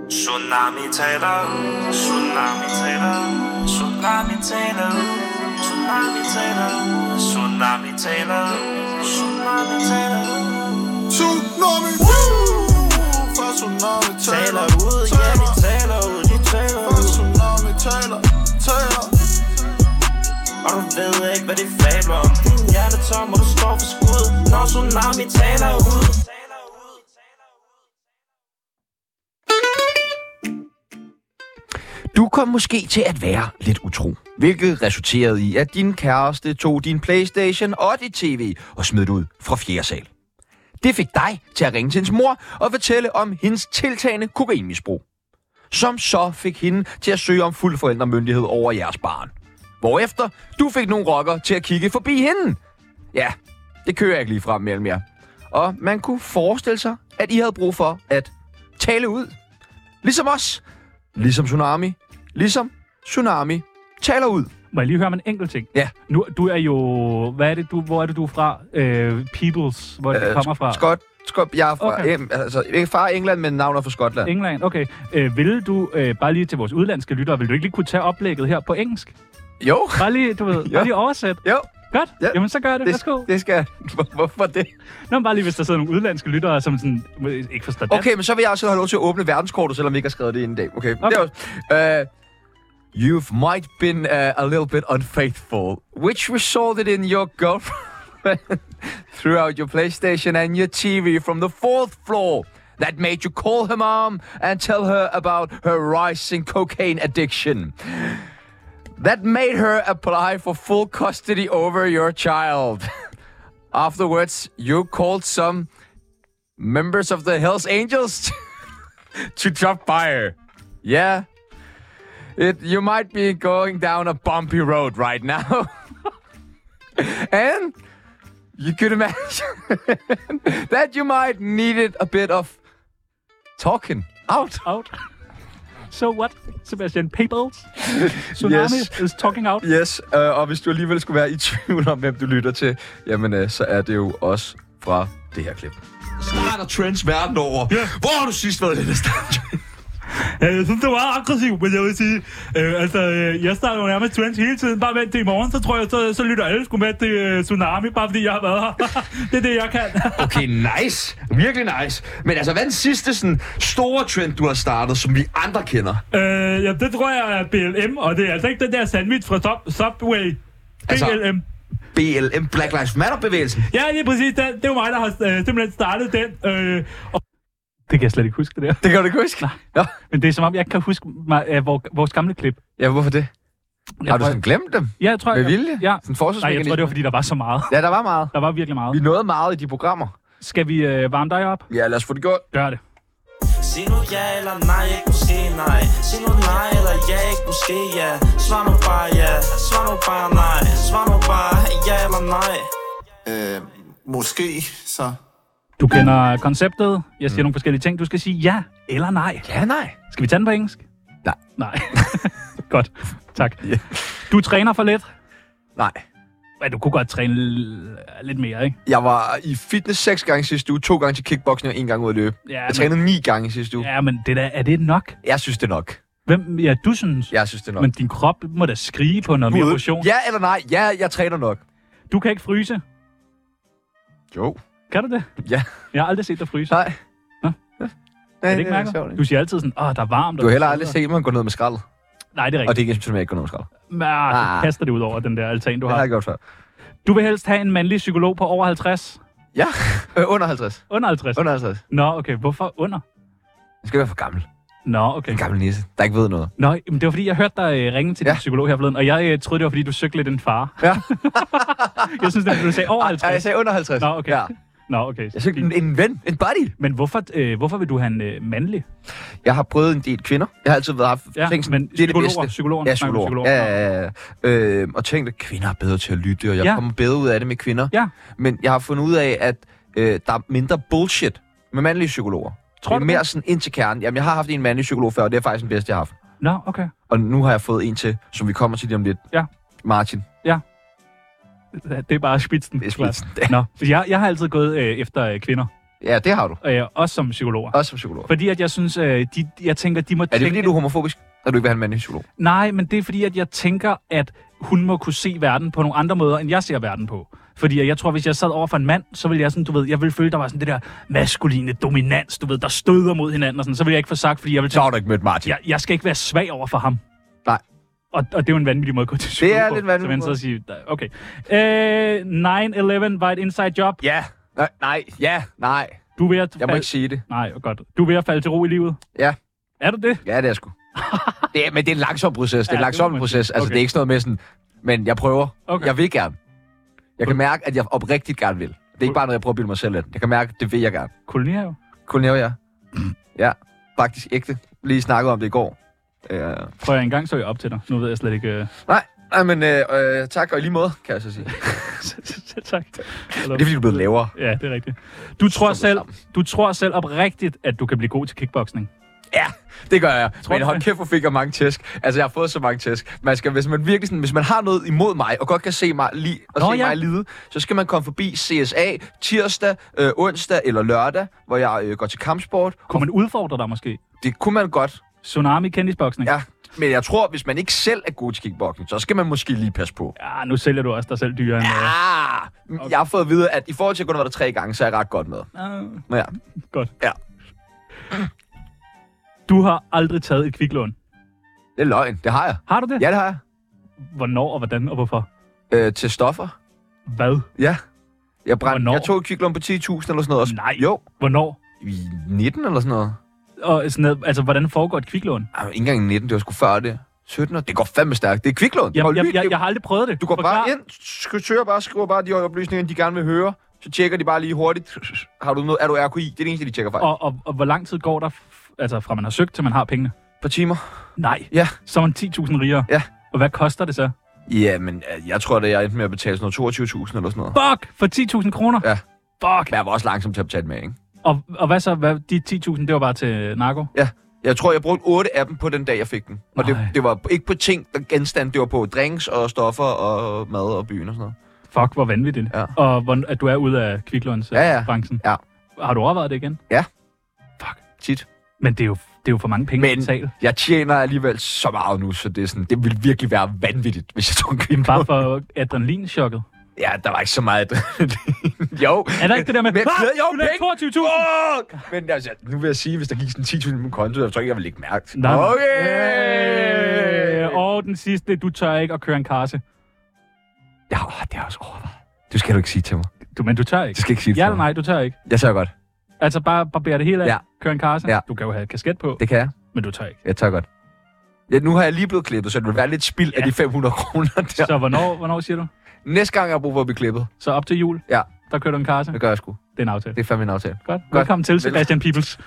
Tsunami taler, tsunami taler, tsunami taler, tsunami taler, tsunami taler, tsunami taler, Tsunami, for tsunami taler ud, ja de taler ud, de taler For ud. tsunami taler Og du ved ikke hvad de fabler om. Din hjerte tom og du står for skud, når tsunami taler ud. Du kom måske til at være lidt utro, hvilket resulterede i, at din kæreste tog din PlayStation og dit TV og smed det ud fra 4. sal. Det fik dig til at ringe til hendes mor og fortælle om hendes tiltagende kokainmisbrug, som så fik hende til at søge om fuld forældremyndighed over jeres barn. Hvorefter du fik nogle rockere til at kigge forbi hende. Ja, det kører jeg ikke lige frem mellem jer. Og man kunne forestille sig, at I havde brug for at tale ud. Ligesom os. Ligesom Tsunami taler ud. Må jeg lige høre om en enkelt ting? Ja. Nu, du er jo... Hvor er det du er fra? Peoples, hvor det kommer fra? Skot. Jeg er fra... Okay. Ikke fra England, men navnet fra Skotland. England, okay. Vil du, bare lige til vores udlandske lyttere, vil du ikke lige kunne tage oplægget her på engelsk? Jo. Bare lige, du ved, bare lige oversæt. Jo. Godt, Ja. jamen så gør det. Værsgo. Det skal... Hvorfor det? Nå, men bare lige, hvis der sidder nogle udlandske lyttere, som sådan, ikke forstår dansk. Okay, men så vil jeg også have lov til at åbne verdenskortet, selvom vi ikke har skrevet det inden i dag. Okay. Det er you've might been a little bit unfaithful, which resulted in your girlfriend throughout your PlayStation and your TV from the 4th floor. That made you call her mom and tell her about her rising cocaine addiction. That made her apply for full custody over your child. Afterwards, you called some members of the Hells Angels to drop by her. Yeah. You might be going down a bumpy road right now. And you could imagine that you might need it a bit of talking out. So what? Sebastian Peoples? Tsunami is talking out? Yes, og hvis du alligevel skulle være i tvivl om, hvem du lytter til, jamen så er det jo også fra det her klip. Starter trends verden over. Yeah. Hvor har du sidst været det, der starter? Jeg synes, det var meget aggressivt, men jeg vil sige, jeg starter jo nærmest trends hele tiden. Bare vent til i morgen, så tror jeg, så lytter alle sgu med til Tsunami, bare fordi jeg har været her. Det er det, jeg kan. Okay, nice. Virkelig nice. Men altså, hvad er den sidste sådan, store trend, du har startet, som vi andre kender? Ja, det tror jeg er BLM, og det er altså ikke den der sandwich fra Subway. BLM. BLM, Black Lives Matter-bevægelsen? Ja, lige præcis. Det er jo mig, der har simpelthen startet den. Det kan jeg slet ikke huske, det der. Det kan du ikke huske? Nej. Ja. Men det er som om, jeg ikke kan huske vores gamle klip. Ja, hvorfor det? Har du sådan glemt dem? Ja, jeg tror med vilje? Ja. Sådan Nej, jeg tror, det var, fordi der var så meget. Ja, der var meget. Der var virkelig meget. Vi nåede meget i de programmer. Skal vi varme dig op? Ja, lad os få det gjort. Gør det. Sig nu ja eller nej, ikke måske nej. Sig nu nej eller ja, ikke måske ja. Svar nu bare ja, svar nu bare nej. Svar nu bare ja eller nej. Måske, så... Du kender konceptet. Jeg siger nogle forskellige ting. Du skal sige ja eller nej. Ja, nej. Skal vi tage den på engelsk? Nej. Nej. Godt. Tak. Yeah. Du træner for lidt? Nej. Men du kunne godt træne lidt mere, ikke? Jeg var i fitness 6 gange sidste uge, 2 gange til kickboxing og 1 gang ud at løbe. Ja, jeg trænede 9 gange sidste uge. Ja, men er det nok? Jeg synes det er nok. Hvem? Ja, du synes? Jeg synes det er nok. Men din krop må da skrige på noget mere motion. Ja eller nej? Ja, jeg træner nok. Du kan ikke fryse? Jo. Kan du det? Ja. Jeg har aldrig set dig fryse. Nej. Nå? Ja. Er det ikke mærkeligt? Du siger altid sådan, der er varmt. Du har heller aldrig set mig gå ned med skrald. Nej, det er rigtigt. Og det er ikke simpelthen ikke gå ned med skrald. Men du kaster det ud over den der altan, du har. Det har jeg gjort før. Du vil helst have en mandlig psykolog på over 50? Ja, under 50. Under 50? Under 50. Nå, okay. Hvorfor under? Jeg skal være for gammel. Nå, okay. En gammel nisse, der ikke ved noget. Nå, men det var fordi, jeg hørte dig ringe til din psykolog her forleden, og jeg troede, det var fordi, du søgte lidt en far. Ja. Jeg synes, at du sagde over 50. Ja, jeg sagde under 50. Nå, okay. Ja. Nå, okay. Jeg søgte en ven, en buddy. Men hvorfor vil du have en mandlig? Jeg har prøvet en del kvinder. Jeg har altid været haft fængsel. Men det er det bedste. Psykologerne. Ja, psykologer. Ja. Og tænkte, at kvinder er bedre til at lytte, og jeg kommer bedre ud af det med kvinder. Ja. Men jeg har fundet ud af, at der er mindre bullshit med mandlige psykologer. Tror det er mere sådan ind til kernen. Jamen, jeg har haft en mandlig psykolog før, og det er faktisk den bedste, jeg har haft. Nå, okay. Og nu har jeg fået en til, som vi kommer til lige om lidt. Ja. Martin. Ja. Det er bare spidsen. Det er spidsen. Nå, jeg har altid gået efter kvinder. Ja, det har du. Også som psykologer. Også som psykolog. Fordi at jeg synes, jeg tænker, de må Er det fordi, du er homofobisk, at du ikke vil have en mandlig psykolog? Nej, men det er fordi, at jeg tænker, at hun må kunne se verden på nogle andre måder, end jeg ser verden på. Fordi jeg tror, hvis jeg sad over for en mand, så ville jeg sådan, du ved, jeg ville føle, der var sådan det der maskuline dominans, du ved, der støder mod hinanden og sådan. Så ville jeg ikke få sagt, fordi jeg ville Så har du ikke mødt Martin. jeg skal ikke være svag over for ham. Nej. Og det er jo en vanvittig måde at gå til psykolog. Det er lidt vanvittigt. Så sige, okay. 9/11 var et inside job. Ja. Nej. Du er ved at Jeg må ikke sige det. Nej, godt. Du er ved at falde til ro i livet. Ja. Er du det? Ja, det er sgu. Men det er en langsom proces. Det er en Ja, langsom det må man proces. sige. Altså, Okay. det er ikke sådan noget med sådan... Men jeg prøver. Okay. Jeg vil gerne. Jeg kan mærke, at jeg oprigtigt gerne vil. Det er ikke bare noget, jeg prøver at bilde mig selv ind. Jeg kan mærke, at det vil jeg gerne. Kolonihave? Kolonihave, ja. Ja, faktisk ægte. Lige snakket om det i går. Prøv en gang så jeg op til dig. Nu ved jeg slet ikke... Nej, men tak og i lige måde, kan jeg så sige. Tak. Det er fordi, du er blevet lavere. Ja, det er rigtigt. Du tror selv oprigtigt, at du kan blive god til kickboxing. Ja, det gør jeg. Tror Men du hold det? kæft, hvor fik jeg mange tæsk. Altså, jeg har fået så mange tæsk. Hvis man virkelig sådan, hvis man har noget imod mig, og godt kan se mig mig lide, så skal man komme forbi CSA tirsdag, onsdag eller lørdag, hvor jeg går til kampsport. Kunne man udfordre dig måske? Det kunne man godt. Tsunami kendisboksning? Ja, men jeg tror, hvis man ikke selv er god til kickboxing, så skal man måske lige passe på. Ja, nu sælger du også dig selv dyrere end... Okay. Jeg har fået at vide, at i forhold til at gå der 3 gange, så er jeg ret godt med. Ja. Godt. Ja. Du har aldrig taget et kviklån. Det er løgn. Det har jeg. Har du det? Ja, det har jeg. Hvornår og hvordan og hvorfor? Til stoffer. Hvad? Ja. Jeg Hvornår? tog et kviklån på 10.000 eller sådan noget. Også. Nej. Jo. Hvornår? I 19 eller sådan noget. Og sådan noget, altså, hvordan foregår et kviklån? Ej, ikke engang 19, det var sgu før det. 17 år. Det går fandme stærkt. Det er kviklån. Jeg har aldrig prøvet det. Du går bare ind, skriver bare de oplysninger, de gerne vil høre. Så tjekker de bare lige hurtigt. Har du noget? Er du RKI? Det er det eneste, de tjekker fejl. Og hvor lang tid går der, altså fra man har søgt til man har pengene? Par timer. Nej. Ja. Så er man 10.000 rigere. Ja. Og hvad koster det så? Ja, men jeg tror, det er endte med at betale sådan noget 22.000 eller sådan noget. Fuck! For 10.000 kroner? Ja. Fuck! Men jeg var også langsom til at betale med, ikke? Og hvad så? De 10.000, det var bare til narko? Ja. Jeg tror, jeg brugte 8 af dem på den dag, jeg fik den. Og det var ikke på ting, der genstand. Det var på drinks og stoffer og mad og byen og sådan noget. Fuck, hvor vanvittigt. Ja. Og at du er ude af kviklånsbranchen. Ja. Har du overvejet det igen? Ja. Fuck. Tit. Men det er jo for mange penge at betale. Men jeg tjener alligevel så meget nu, så det er sådan, det ville virkelig være vanvittigt, hvis jeg tog en kviklån. Bare for adrenalinchokket. Ja, der var ikke så meget. Jo. Er der ikke det der med, jo, penge. 22.000? Men altså, nu vil jeg sige, hvis der gik sådan 10.000 på min konto, jeg tror ikke, jeg ville ikke mærke det. Nej. Okay. Og den sidste, du tør ikke at køre en karse. Ja, det er også overvejet. Det skal du ikke sige til mig. Men du tør ikke? Du skal ikke sige det Ja til eller mig. nej, du tør ikke. Jeg tør godt. Altså bare barbere det hele af, Ja. køre en karse. Ja. Du kan jo have kasket på, Det kan jeg. men du tør ikke. Jeg tør godt. Ja, nu har jeg lige blevet klippet, så det vil være lidt spild af de 500 kroner der. Så hvornår siger du? Næste gang, jeg har brug for at blive klippet, Så op til jul? Ja. Der kører du en karse? det gør jeg sgu. Det er en aftale. Det er fandme en aftale. Godt. Velkommen til, Sebastian Peebles.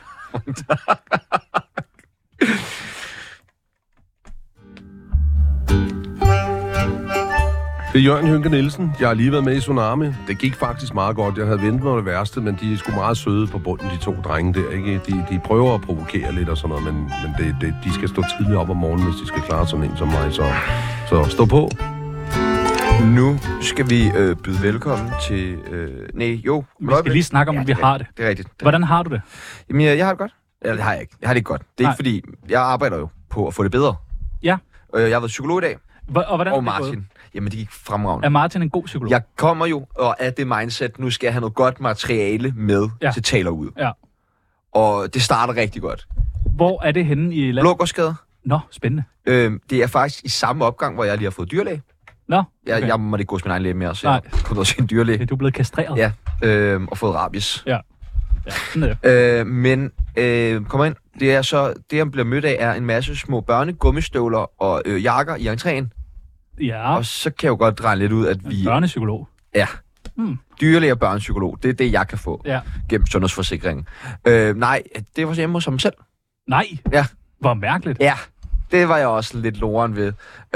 Det er Jørgen Hynke Nielsen. Jeg har lige været med i Tsunami. Det gik faktisk meget godt. Jeg havde ventet mig det værste, men de er sgu meget søde på bunden, de 2 drenge der. Ikke? De prøver at provokere lidt og sådan noget, men de skal stå tidligt op om morgenen, hvis de skal klare sådan en som mig. Så stå på. Nu skal vi byde velkommen til... Vi skal lige snakke om, at vi har det. Det er rigtigt. Hvordan har du det? Jamen, jeg har det godt. Eller det har jeg ikke. Jeg har det ikke godt. Det er Nej. ikke fordi... Jeg arbejder jo på at få det bedre. Ja. Jeg har været psykolog i dag. Og hvordan Og er det gået? Martin. Jamen, det gik fremragende. Er Martin en god psykolog? Jeg kommer jo og er det mindset, nu skal jeg have noget godt materiale med til taler ud. Ja. Og det starter rigtig godt. Hvor er det henne i landet? Blågårdsgade. Nå, spændende. Det er faktisk i samme opgang, hvor jeg lige har fået dyrlæge. Nå, okay. Jeg måtte ikke gå til min egen læge mere, så Nej. jeg kunne også se en dyrlæge. Du er blevet kastreret. Ja, og fået rabies. Ja, sådan er det. Kommer ind. Det er så, det jeg bliver mødt af, er en masse små børnegummistøvler og jakker i entréen. Ja, Og så kan jeg jo godt dreje lidt ud, at vi... børnepsykolog. Ja. Dyrlæge og børnepsykolog. Det er det, jeg kan få Ja. gennem sundhedsforsikringen. Nej, det var så hjemme hos ham selv. Nej, Ja. hvor mærkeligt. Ja, det var jeg også lidt loren ved.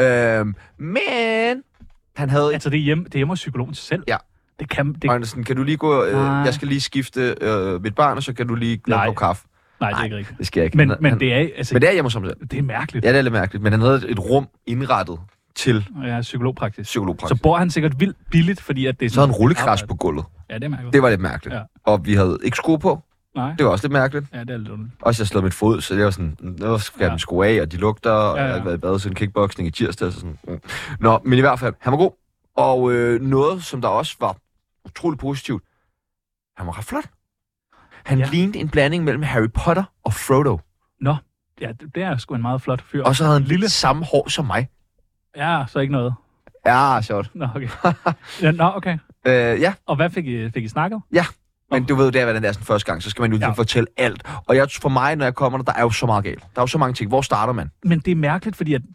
Men han havde... Altså, det er hjemme hos psykologen selv. Ja. Det kan... Det... Andersen, kan du lige gå... Nej. jeg skal lige skifte mit barn, og så kan du lige lave Nej. på kaffe. Nej, det er ikke rigtigt. Det skal jeg ikke. Men det er... Altså, Men det er hjemme hos ham selv. det er mærkeligt. Ja, det er lidt mærkeligt. Men han havde et rum indrettet til Ja, psykologpraksis. psykologpraksis. Så bor han sikkert vildt billigt, fordi at det er Så havde han rullekrans på gulvet. Ja, det er mærkeligt. Det var lidt mærkeligt. Ja. og vi havde ikke sko på. Nej. Det var også lidt mærkeligt. Ja, det er lidt ondt. Også jeg slået mit fod, så det var sådan, nu skal jeg sko af, og de lugter, og jeg har været i bad siden kickboxing i tirsdag. Så sådan. Nå, men i hvert fald, han var god. Og noget, som der også var utrolig positivt, han var ret flot. Han lignede en blanding mellem Harry Potter og Frodo. Nå, ja, det er sgu en meget flot fyr. Og så havde han lille samme hår som mig. Ja, så ikke noget. Ja, sjovt. Nå, okay. Nå, okay. Ja. Og hvad fik I snakket? Ja, men du ved, det er, hvad den er sådan første gang, så skal man jo fortælle alt. Og for mig, når jeg kommer der er jo så meget galt. Der er jo så mange ting. Hvor starter man? Men det er mærkeligt, fordi at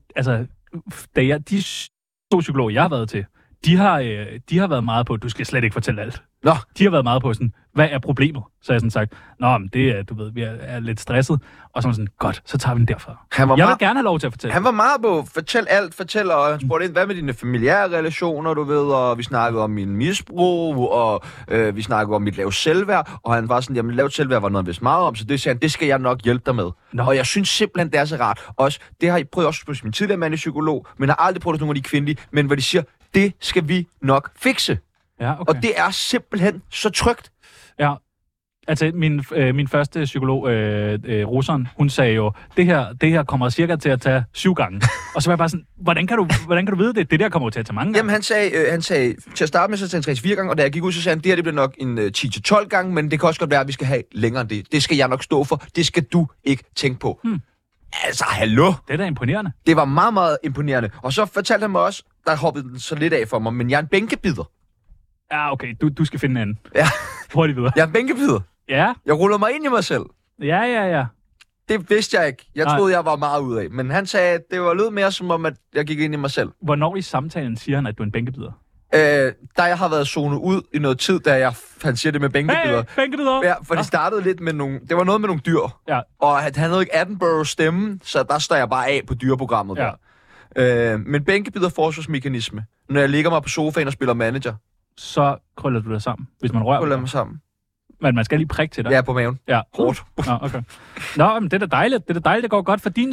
de to psykologer, jeg har været til, de har været meget på, at du skal slet ikke fortælle alt. Nå. De har været meget på sådan, hvad er problemet? Så har jeg sådan sagt, nå, men det er, du ved, vi er lidt stresset. Og så sådan, godt, så tager vi den derfra. Jeg vil gerne have lov til at fortælle. Han var meget på, fortæl alt, og han spurgte ind, hvad med dine familiære relationer, du ved, og vi snakkede om min misbrug, og vi snakkede om mit lave selvværd, og han var sådan, jamen lavt selvværd var noget, han vidste meget om, så det sagde han, det skal jeg nok hjælpe dig med. Nå. Og jeg synes simpelthen, det er så rart. Også, det har jeg prøvet også på min tidligere mandlige psykolog, men har aldrig prøvet nogle af de kvindelige, men hvor de siger, det skal vi nok fikse. Ja, okay. Og det er simpelthen så trygt. Ja, altså min første psykolog, russeren, hun sagde jo, det her kommer cirka til at tage 7 gange. Og så var jeg bare sådan, hvordan kan du vide det? Det der kommer jo til at tage mange gange. Jamen han sagde til at starte med, så til 3-4 gange, og da jeg gik ud, så sagde han, det her det bliver nok en 10-12 gange, men det kan også godt være, at vi skal have længere end det. Det skal jeg nok stå for. Det skal du ikke tænke på. Altså, hallo? Det er da imponerende. Det var meget, meget imponerende. Og så fortalte han mig også, der hoppede den så lidt af for mig, men jeg er en bænkebider. Ja, okay. Du skal finde en anden. Ja. Hurtigt videre. Jeg er en bænkebider. Ja. Jeg ruller mig ind i mig selv. Ja. Det vidste jeg ikke. Jeg troede, jeg var meget ud af. Men han sagde, at det var lød mere som om, at jeg gik ind i mig selv. Hvornår i samtalen siger han, at du er en bænkebider? Da jeg har været zonet ud i noget tid, da han siger det med bænkebider. Hey, bænkebider! Ja, for det startede lidt med nogle... Det var noget med nogle dyr. Ja. Og han havde ikke Attenborough stemme, så der står jeg bare af på dyreprogrammet der. Men bænkebider forsvarsmekanisme. Når jeg ligger mig på sofaen og spiller manager. Så krøller du dig sammen, hvis man rører krøller mig sammen. Men man skal lige prikke til dig. Ja, på maven. Ja. Hårdt. Nå, okay. Nå, men det er da dejligt. Det går godt for din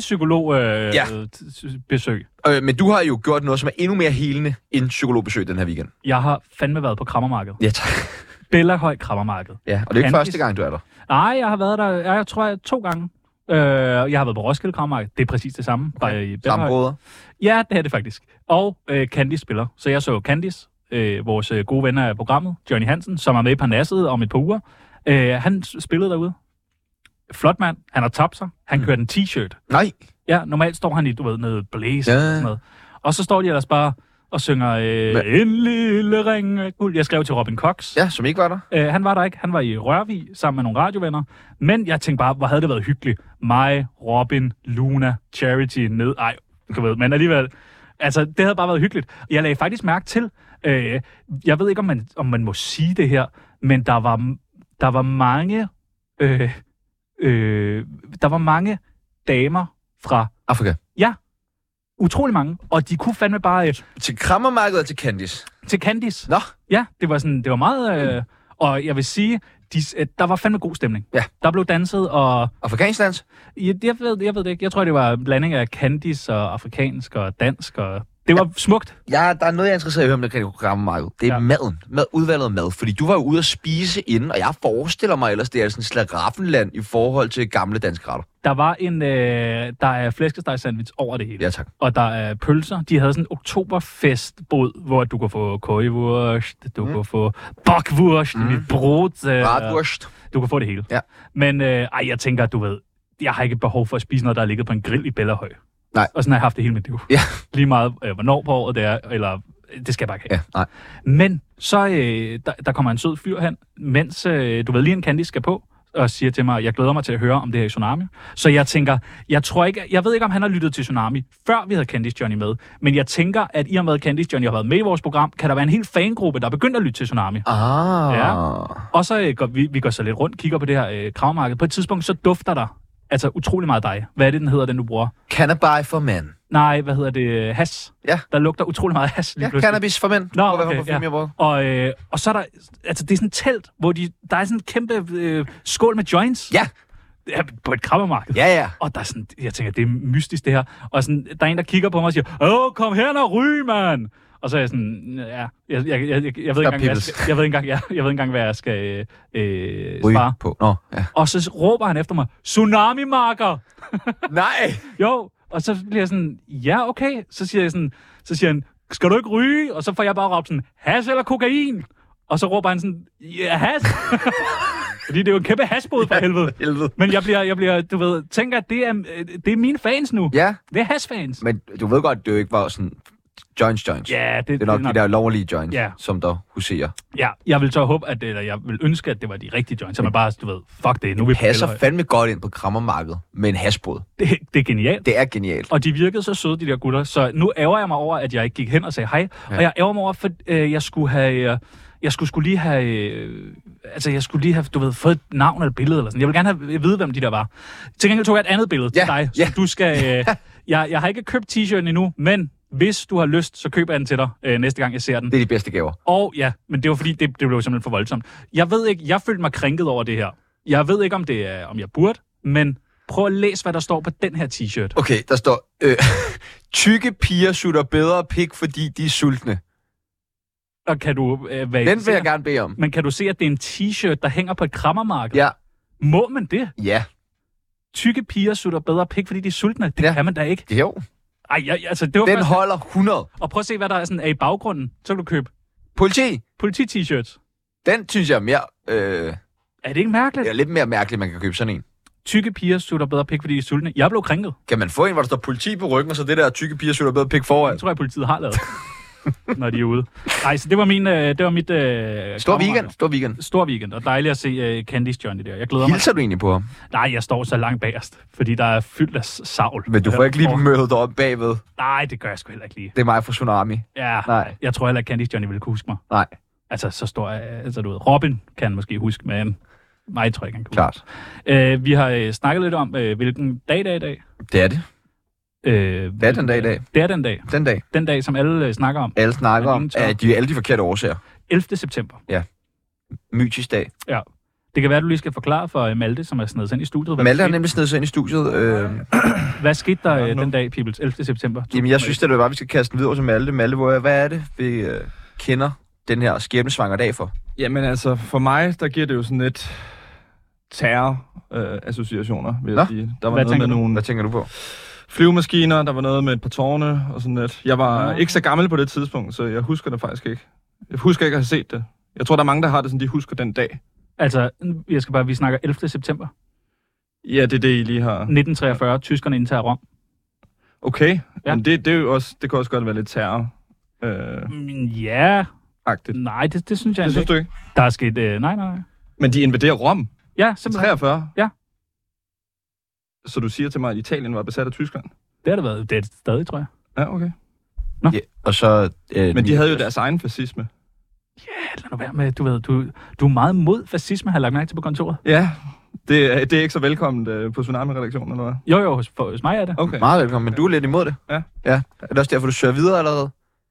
psykologbesøg. Men du har jo gjort noget, som er endnu mere helende end psykologbesøg den her weekend. Jeg har fandme været på Krammermarkedet. Ja, tak. Bellahøj Krammermarked. Ja, og det er ikke første gang, du er der. Nej, jeg har været der, jeg tror 2 gange. Jeg har været på Roskilde Krammermarked. Det er præcis det samme. Bare i samme brødre? Ja, det er det faktisk. Og Candice spiller. Så jeg så Candice, vores gode venner af programmet, Johnny Hansen, som er med i Parnasset om et par uger. Han spillede derude. Flot mand. Han har tabt sig. Han kørte en t-shirt. Nej. Ja, normalt står han i, noget blaze og sådan noget. Og så står de ellers bare og synger en lille ring af guld. Jeg skrev til Robin Cox. Ja, som ikke var der. Han var der ikke. Han var i Rørvig sammen med nogle radiovenner. Men jeg tænkte bare, hvor havde det været hyggeligt. Mig, Robin, Luna, Charity ned. Ej, du ved, men alligevel. Altså, det havde bare været hyggeligt. Jeg lagde faktisk mærke til, jeg ved ikke, om man må sige det her, men der var mange damer fra Afrika. Ja, utrolig mange. Og de kunne fandme bare... Til Krammermarkedet og til Candice? Til Candice. Nå. Ja, det var meget... og jeg vil sige, der var fandme god stemning. Ja. Der blev danset og... Afrikansk dans? Jeg ved det ikke. Jeg tror, det var en blanding af Candice og afrikansk og dansk og... Det var smukt. Ja, der er noget, jeg er interesseret i at høre om det Krammermarked. Det er maden. Udvalget mad. Fordi du var jo ude at spise inden, og jeg forestiller mig ellers, det er sådan et slaraffenland i forhold til gamle danske retter. Der var der er flæskestegsandwich over det hele. Ja, tak. Og der er pølser. De havde sådan en oktoberfestbod, hvor du kunne få køjewurst, du kunne få bockwurst, brød. Bratwurst. Du kunne få det hele. Ja. Men jeg tænker, du ved, jeg har ikke behov for at spise noget, der er ligget på en grill i Bellahøj. Nej. Og sådan har jeg haft det hele mit liv. Ja. Lige meget, hvornår på året det er, eller det skal jeg bare ikke have. Ja, nej. Men så der kommer en sød fyr hen, mens du ved lige en Candice skal på, og siger til mig, jeg glæder mig til at høre om det her i Tsunami. Så jeg tænker, jeg ved ikke, om han har lyttet til Tsunami, før vi havde Candice Johnny med, men jeg tænker, at i og med Candice Johnny har været med i vores program, kan der være en hel fangruppe, der er begyndt at lytte til Tsunami. Ja. Og så vi går så lidt rundt, kigger på det her kravmarked. På et tidspunkt, så dufter der altså utrolig meget dig. Hvad er det, den hedder, den du bruger? Cannabis for mænd. Nej, hvad hedder det? Hash. Ja. Der lugter utrolig meget hash lige pludselig. Cannabis for mænd. Nå, okay, og så er der, altså det er sådan et telt, hvor der er sådan en kæmpe skål med joints. Ja. På et krabbemarked. Ja. Og der er sådan, jeg tænker, det er mystisk det her. Og sådan, der er en, der kigger på mig og siger, kom her og ryg, mand. Og så er jeg sådan, ja, jeg ved ikke engang, hvad jeg skal svare. På. Nå, ja. Og så råber han efter mig, tsunami-marker! Nej! Jo, og så bliver jeg sådan, ja, okay. Så siger han, skal du ikke ryge? Og så får jeg bare råbt sådan, hash eller kokain? Og så råber han sådan, ja, hash! Fordi det er jo en kæmpe hashbod for helvede. Men jeg bliver, du ved, tænker, at det er mine fans nu. Ja. Det er hashfans. Men du ved godt, at det jo ikke var sådan joints. Ja, det er nok de der lovlige joints, som der huserer. Ja, jeg vil så håbe, eller jeg vil ønske, at det var de rigtige joints, så man bare, du ved, fuck det, nu vil vi passer fandme godt ind på krammermarkedet med en hashbåd. Det er genialt. Det er genialt. Og de virkede så søde, de der gutter, så nu ærger jeg mig over, at jeg ikke gik hen og sagde hej, og jeg ærger mig over, for jeg skulle lige have, du ved, fået et navn eller et billede eller sådan. Jeg vil gerne vide, hvem de der var. Til gengæld tog jeg et andet billede til dig, så du skal... jeg har ikke købt t-shirten endnu, men hvis du har lyst, så køber jeg den til dig næste gang, jeg ser den. Det er de bedste gaver. Og ja, men det var fordi, det blev simpelthen for voldsomt. Jeg ved ikke, jeg følte mig krænket over det her. Jeg ved ikke, om jeg burde, men prøv at læse, hvad der står på den her t-shirt. Okay, der står, tykke piger sutter bedre pik, fordi de er sultne. Og kan du... den vil jeg gerne bede om. Men kan du se, at det er en t-shirt, der hænger på et krammermarked? Ja. Må man det? Ja. Tykke piger sutter bedre pik, fordi de er sultne? Det kan man da ikke. Jo. Ej, altså, det var den holder 100. Og prøv at se, hvad der er i baggrunden. Så kan du købe... Politi-t-shirts. Den synes jeg er mere... Er det ikke mærkeligt? Det er lidt mere mærkeligt, man kan købe sådan en. Tykke piger sutter bedre pik, fordi de er sultne. Jeg blev krænket. Kan man få en, hvor der står politi på ryggen, og så det der tykke piger sutter bedre pik foran? Det tror jeg, politiet har lavet. Når de er ude. Nej, så det var mit... Stor weekend. Stor weekend, og dejligt at se Candice Johnny der. Jeg glæder mig. Hilser du egentlig på ham? Nej, jeg står så langt bagerst, fordi der er fyldt af savl. Men du får ikke lige mødet dig op bagved? Nej, det gør jeg sgu heller ikke lige. Det er mig fra Tsunami. Ja, nej. Jeg tror heller ikke, Candice Johnny ville kunne huske mig. Nej. Altså, så står jeg... Altså, du ved, Robin kan måske huske, men mig tror jeg ikke, han kan Klart. Huske. Vi har snakket lidt om, hvilken dag det er i dag. Det er det. Det er den dag i dag. Det er den dag. Den dag, som alle snakker om. Alle snakker om, at de er alle de forkerte årsager. 11. september. Ja. Mytisk dag. Ja. Det kan være, at du lige skal forklare for Malte, som er snedet ind i studiet. Malte har nemlig snedet sig ind i studiet. Hvad skete der den dag, Peoples? 11. september? Jamen, jeg synes, det var, at vi skal kaste den videre til Malte. Malte, hvad er det, vi kender den her skæbnesvanger dag for? Jamen altså, for mig, der giver det jo sådan lidt terror-associationer, vil jeg sige. Der var noget med nogle... Hvad tænker du på? Flyvemaskiner, der var noget med et par tårne og sådan lidt. Jeg var ikke så gammel på det tidspunkt, så jeg husker det faktisk ikke. Jeg husker ikke at have set det. Jeg tror, der er mange, der har det sådan, de husker den dag. Altså, vi snakker 11. september. Ja, det er det, I lige har. 1943, tyskerne indtager Rom. Okay, ja. Men det er jo også, det kan også godt være lidt terror. Ja. Agtigt. Nej, det synes jeg ikke. Det synes du ikke? Der er sket... Nej. Men de invaderer Rom? Ja, simpelthen. 43? Ja. Så du siger til mig, at Italien var besat af Tyskland? Det har det været. Det er det stadig, tror jeg. Ja, okay. Nå. Ja, og så... Men de havde jo deres egen fascisme. Ja, lad nu være med. Du ved, du er meget mod fascisme, har jeg lagt mærke til på kontoret. Ja, det er ikke så velkomment på Tsunami-redaktionen, eller hvad? Jo, hos mig er det. Okay. Meget velkommen, men du er lidt imod det. Ja. Er det også derfor, du søger videre allerede?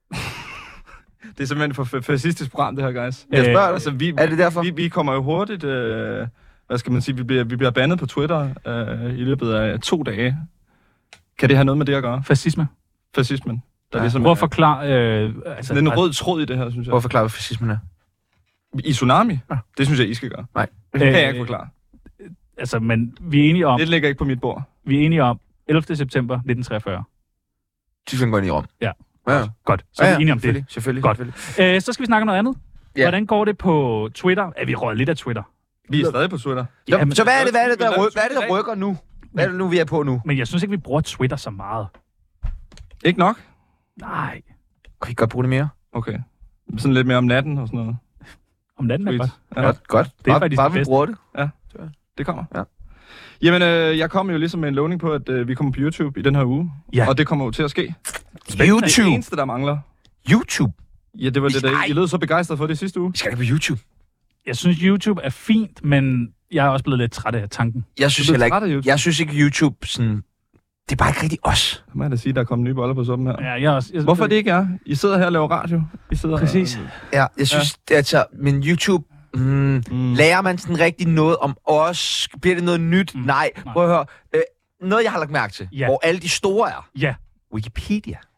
Det er simpelthen for fascistisk program, det her, guys. Jeg spørger dig, altså, er det derfor? Vi kommer jo hurtigt... hvad skal man sige? Vi bliver bandet på Twitter i løbet af 2 dage. Kan det have noget med det at gøre? Fascismen. Der ligesom prøv at forklare... altså, den rød tråd i det her, synes jeg. Prøv at forklare, hvad fascismen er. I Tsunami? Ja. Det synes jeg, I skal gøre. Nej. Det kan jeg ikke forklare. Altså, men vi er enige om... Det ligger ikke på mit bord. Vi er enige om 11. september 1943. Tyskland går ind i Rom. Ja. Godt. Så er vi enige om det. Selvfølgelig. Godt. Så skal vi snakke om noget andet. Ja. Hvordan går det på Twitter? Vi røget lidt af Twitter. Vi er stadig på Twitter. Ja, så hvad er det, der rykker nu? Hvad er det nu, vi er på nu? Men jeg synes ikke, vi bruger Twitter så meget. Ikke nok? Nej. Kan I godt bruge det mere? Okay. Sådan lidt mere om natten og sådan noget. Om natten er godt. Ja. Godt. Det er faktisk bare vi bruger det. Ja, det kommer. Ja. Jamen, jeg kom jo ligesom med en lovning på, at vi kommer på YouTube i den her uge. Ja. Og det kommer jo til at ske. YouTube? Det er det eneste, der mangler. YouTube? Ja, det var det, der I lød så begejstret for det sidste uge. Vi skal da på YouTube. Jeg synes, YouTube er fint, men jeg er også blevet lidt træt af tanken. Jeg synes ikke, YouTube sådan... Det er bare ikke rigtig os. Må jeg da sige, der er kommet nye boller på suppen her. Ja, jeg også. Hvorfor det ikke er? I sidder her og laver radio. I sidder præcis. Ja, jeg synes, altså, men YouTube... Lærer man sådan rigtig noget om os? Bliver det noget nyt? Nej. Prøv at høre. Noget, jeg har lagt mærke til, hvor alle de store er. Ja. Wikipedia.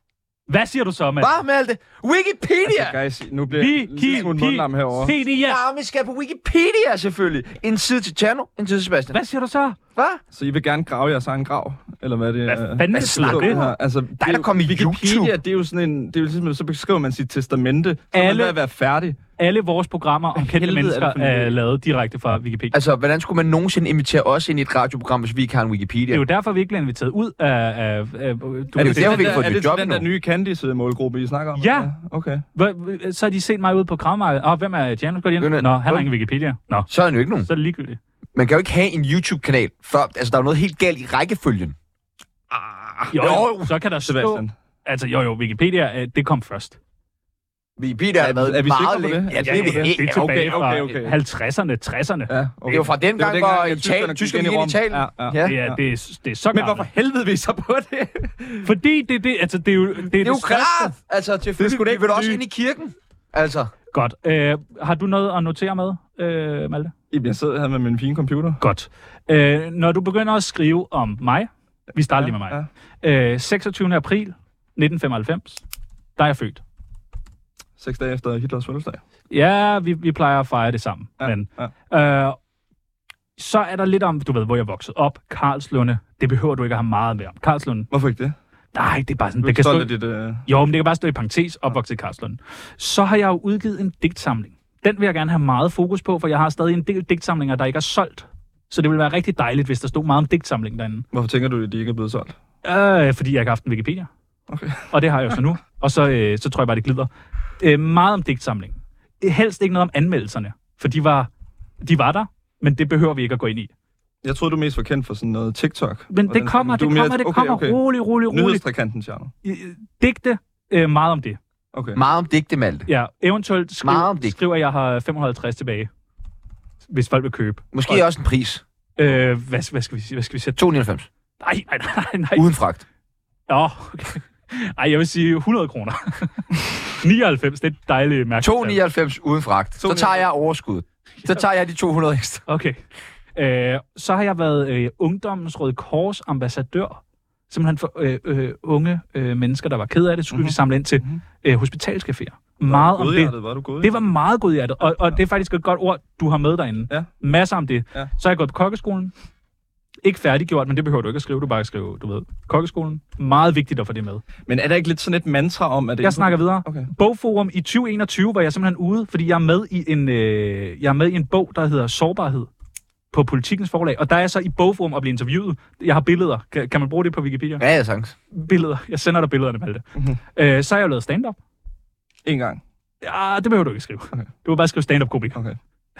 Hvad siger du så, mand? Hvad, Malte? Wikipedia! Altså, guys, nu bliver jeg lidt mundlam herovre. Wikipedia! Ja, vi skal på Wikipedia, selvfølgelig. En side til Tjerno, en side til Sebastian. Hvad siger du så? Hvad? Så I vil gerne grave jeres egen grav? Eller hvad er det? Hvad fanden snakker betyder du det? om? Altså, Der er der kommet Wikipedia, YouTube. det er jo sådan en... Det er jo ligesom, så beskriver man sit testamente. Så er man ved at være færdig. Alle vores programmer om kendte helvede er mennesker det for en er idé? lavet direkte fra Wikipedia. Altså, hvordan skulle man nogensinde invitere os ind i et radioprogram, hvis vi ikke har en Wikipedia? Det er jo derfor, vi ikke bliver inviteret ud af Er det derfor, vi ikke har fået er et det job den der endnu? nye Candice-målgruppe, I snakker om? Ja. eller hvad? Okay. Så har de set mig ude på kravmarkedet. Hvem er Janus? Går de ind? Nå, han har ingen Wikipedia. Nå, Så er han jo ikke nogen. så er det ligegyldigt. Man kan jo ikke have en YouTube-kanal før... Altså, der er jo noget helt galt i rækkefølgen. Jo, så kan der stå... Sebastian. Altså, Wikipedia, det kom først. Wikipedia har været er vi meget sikre på længe. det? Ja, det er vi det er helt... tilbage fra okay. 50'erne, 60'erne. Ja, Det er jo fra den gang, hvor tyskerne gik ind i Italien. Ja. Det er så Men gammelt. hvorfor helvede vi så på det? Fordi det er jo Det er jo klart! Altså, selvfølgelig. sgu da Vi ikke vil også nye. ind i kirken. Altså, Godt. Har du noget at notere med, Malte? Jeg sidder her med min fine computer. Godt. Når du begynder at skrive om mig, vi starter lige med mig. 26. april 1995, der er jeg født. 6 dage efter Hitlers fødselsdag. Ja, vi plejer at fejre det sammen. Ja, Men, så er der lidt om, du ved, hvor jeg voksede op. Karlslunde. Det behøver du ikke at have meget med om. Karlslunde. Hvorfor ikke det? Nej, det er bare sådan... Du er Det kan stolt stå, af dit... jo, men det kan bare stå i parentes, opvokset i Karlslunde. Så har jeg jo udgivet en digtsamling. Den vil jeg gerne have meget fokus på, for jeg har stadig en del digtsamlinger, der ikke er solgt. Så det ville være rigtig dejligt, hvis der stod meget om digtsamling derinde. Hvorfor tænker du, at de ikke er blevet solgt? Fordi jeg ikke har haft en Wikipedia. Okay. Og det har jeg jo så nu. Og så tror jeg bare, det glider. Meget om digtsamling. Helst ikke noget om anmeldelserne. For de var der, men det behøver vi ikke at gå ind i. Jeg troede, du mest var kendt for sådan noget TikTok. Men det kommer, rolig. Nyhedstrikanten, Tjerno. Digte, meget om det. Okay. meget om digte, Malte. Ja, eventuelt Meget om digte. skriver, at jeg har 550 tilbage. Hvis folk vil købe. Måske også en pris. Hvad skal vi sætte? 299. Nej. Uden fragt. Okay. Ej, jeg vil sige 100 kroner. 99, det er et dejligt mærke. 299 uden fragt. Så tager jeg overskuddet. Så tager jeg de 200 ekstra. Okay. Så har jeg været Ungdommens Røde Kors ambassadør. Simpelthen for unge mennesker, der var ked af det, skulle vi samle ind til hospitalscaféer. Meget om det. Var du god? Det var meget godhjertet, og det er faktisk et godt ord, du har med derinde. Ja. Masser om det. Ja. Så har jeg gået på kokkeskolen. Ikke færdiggjort, men det behøver du ikke at skrive. Du bare skrive, du ved, kokkeskolen. Meget vigtigt at få det med. Men er der ikke lidt sådan et mantra om, at det... Jeg snakker videre. Okay. Bogforum i 2021 var jeg simpelthen ude, fordi jeg er med i en bog, der hedder Sårbarhed på Politikens forlag. Og der er jeg så i Bogforum og bliver interviewet. Jeg har billeder. Kan man bruge det på Wikipedia? Ja, sagtens. Billeder. Jeg sender dig billederne, Malte. Mhm. Så har jeg lavet stand-up. En gang. Ja, det behøver du ikke skrive. Okay. Du må bare skrive stand-up-komik. Okay.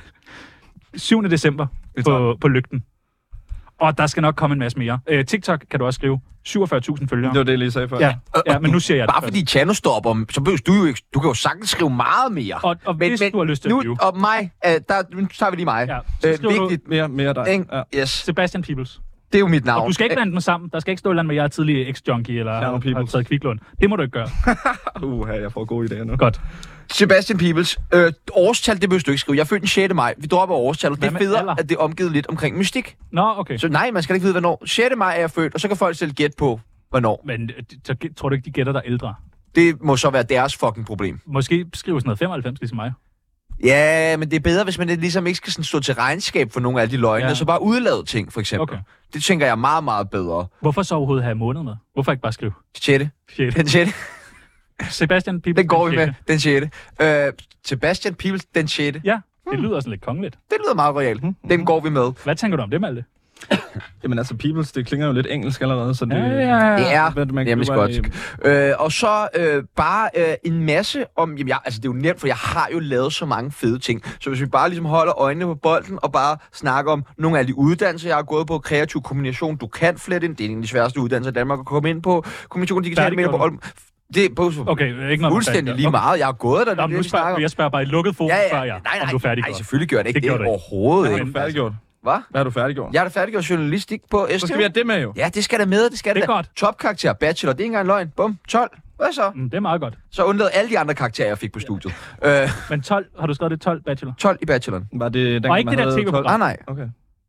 7. december på Lygten. Og der skal nok komme en masse mere. TikTok kan du også skrive. 47.000 følgere. Det var det, jeg lige sagde før. Ja, men nu siger jeg det. Bare fordi Tjerno står op om, så behøver du jo ikke... Du kan jo sagtens skrive meget mere. Og hvis du har lyst til at skrive. Nu, og mig, nu tager vi lige mig. Ja, så skriver vigtigt. Mere dig. Ikke? Ja. Yes. Sebastian Peebles. Det er jo mit navn. Og du skal ikke blande dem sammen. Der skal ikke stå et eller andet med, jeg er tidligere ex-junkie, eller har taget kviklån. Det må du ikke gøre. Jeg får gode idéer nu. Godt. Sebastian Peebles. Årstal, det behøver du ikke skrive. Jeg er født den 6. maj. Vi dropper årstallet. Det er Hvad med federe, alder? at det er omgivet lidt omkring mystik. Nå, okay. Så nej, man skal ikke vide, hvornår. 6. maj er jeg født, og så kan folk selv gætte på, hvornår. Men så tror du ikke, de gætter dig ældre? Det må så være deres fucking problem. Måske skrive sådan noget 95, ligesom mig. Ja, men det er bedre, hvis man ligesom ikke skal sådan stå til regnskab for nogle af de løgne, så bare udlade ting, for eksempel. Okay. Det tænker jeg er meget, meget bedre. Hvorfor så overhovedet have måned med? Hvorfor ikke bare skrive? 6. Den 6. Sebastian Peebles. Den går vi med, den 6. Sebastian Peebles, den 6. Ja, det lyder sådan lidt kongeligt. Det lyder meget royalt. Den går vi med. Hvad tænker du om det, Malte? Jamen altså, Peoples, det klinger jo lidt engelsk allerede, så det... Ja, man jamen kan skotsk. Og så bare en masse om... Jamen, altså, det er jo nemt, for jeg har jo lavet så mange fede ting. Så hvis vi bare ligesom holder øjnene på bolden og bare snakker om nogle af de uddannelser, jeg har gået på, kreativ kommunikation, du kan flette ind. Det er en af de sværeste uddannelser i Danmark at komme ind på. Kommunikation, digital medier på Olm. Det er på ikke noget fuldstændig lige meget. Jeg har gået der. Nå, jeg spørger bare i lukket fokus, før jeg, om du er færdiggjort. Nej, selvfølgelig gør det ikke. Det Det gør er overhovedet Hvad ikke. har du færdiggjort? Hvad? Hvad har du færdiggjort? Jeg har da færdiggjort journalistik på STU. Så skal vi have det med jo. Ja, det skal der med. Det skal Det er der. godt. Topkarakter, bachelor, det er ikke engang løgn. Bum, 12. Hvad så? Det er meget godt. Så undlad alle de andre karakterer, jeg fik på studiet. Men 12, har du skrevet det 12 bachelor? 12 i bacheloren. Var det den, Og ikke det der TV-program. Nej. Okay.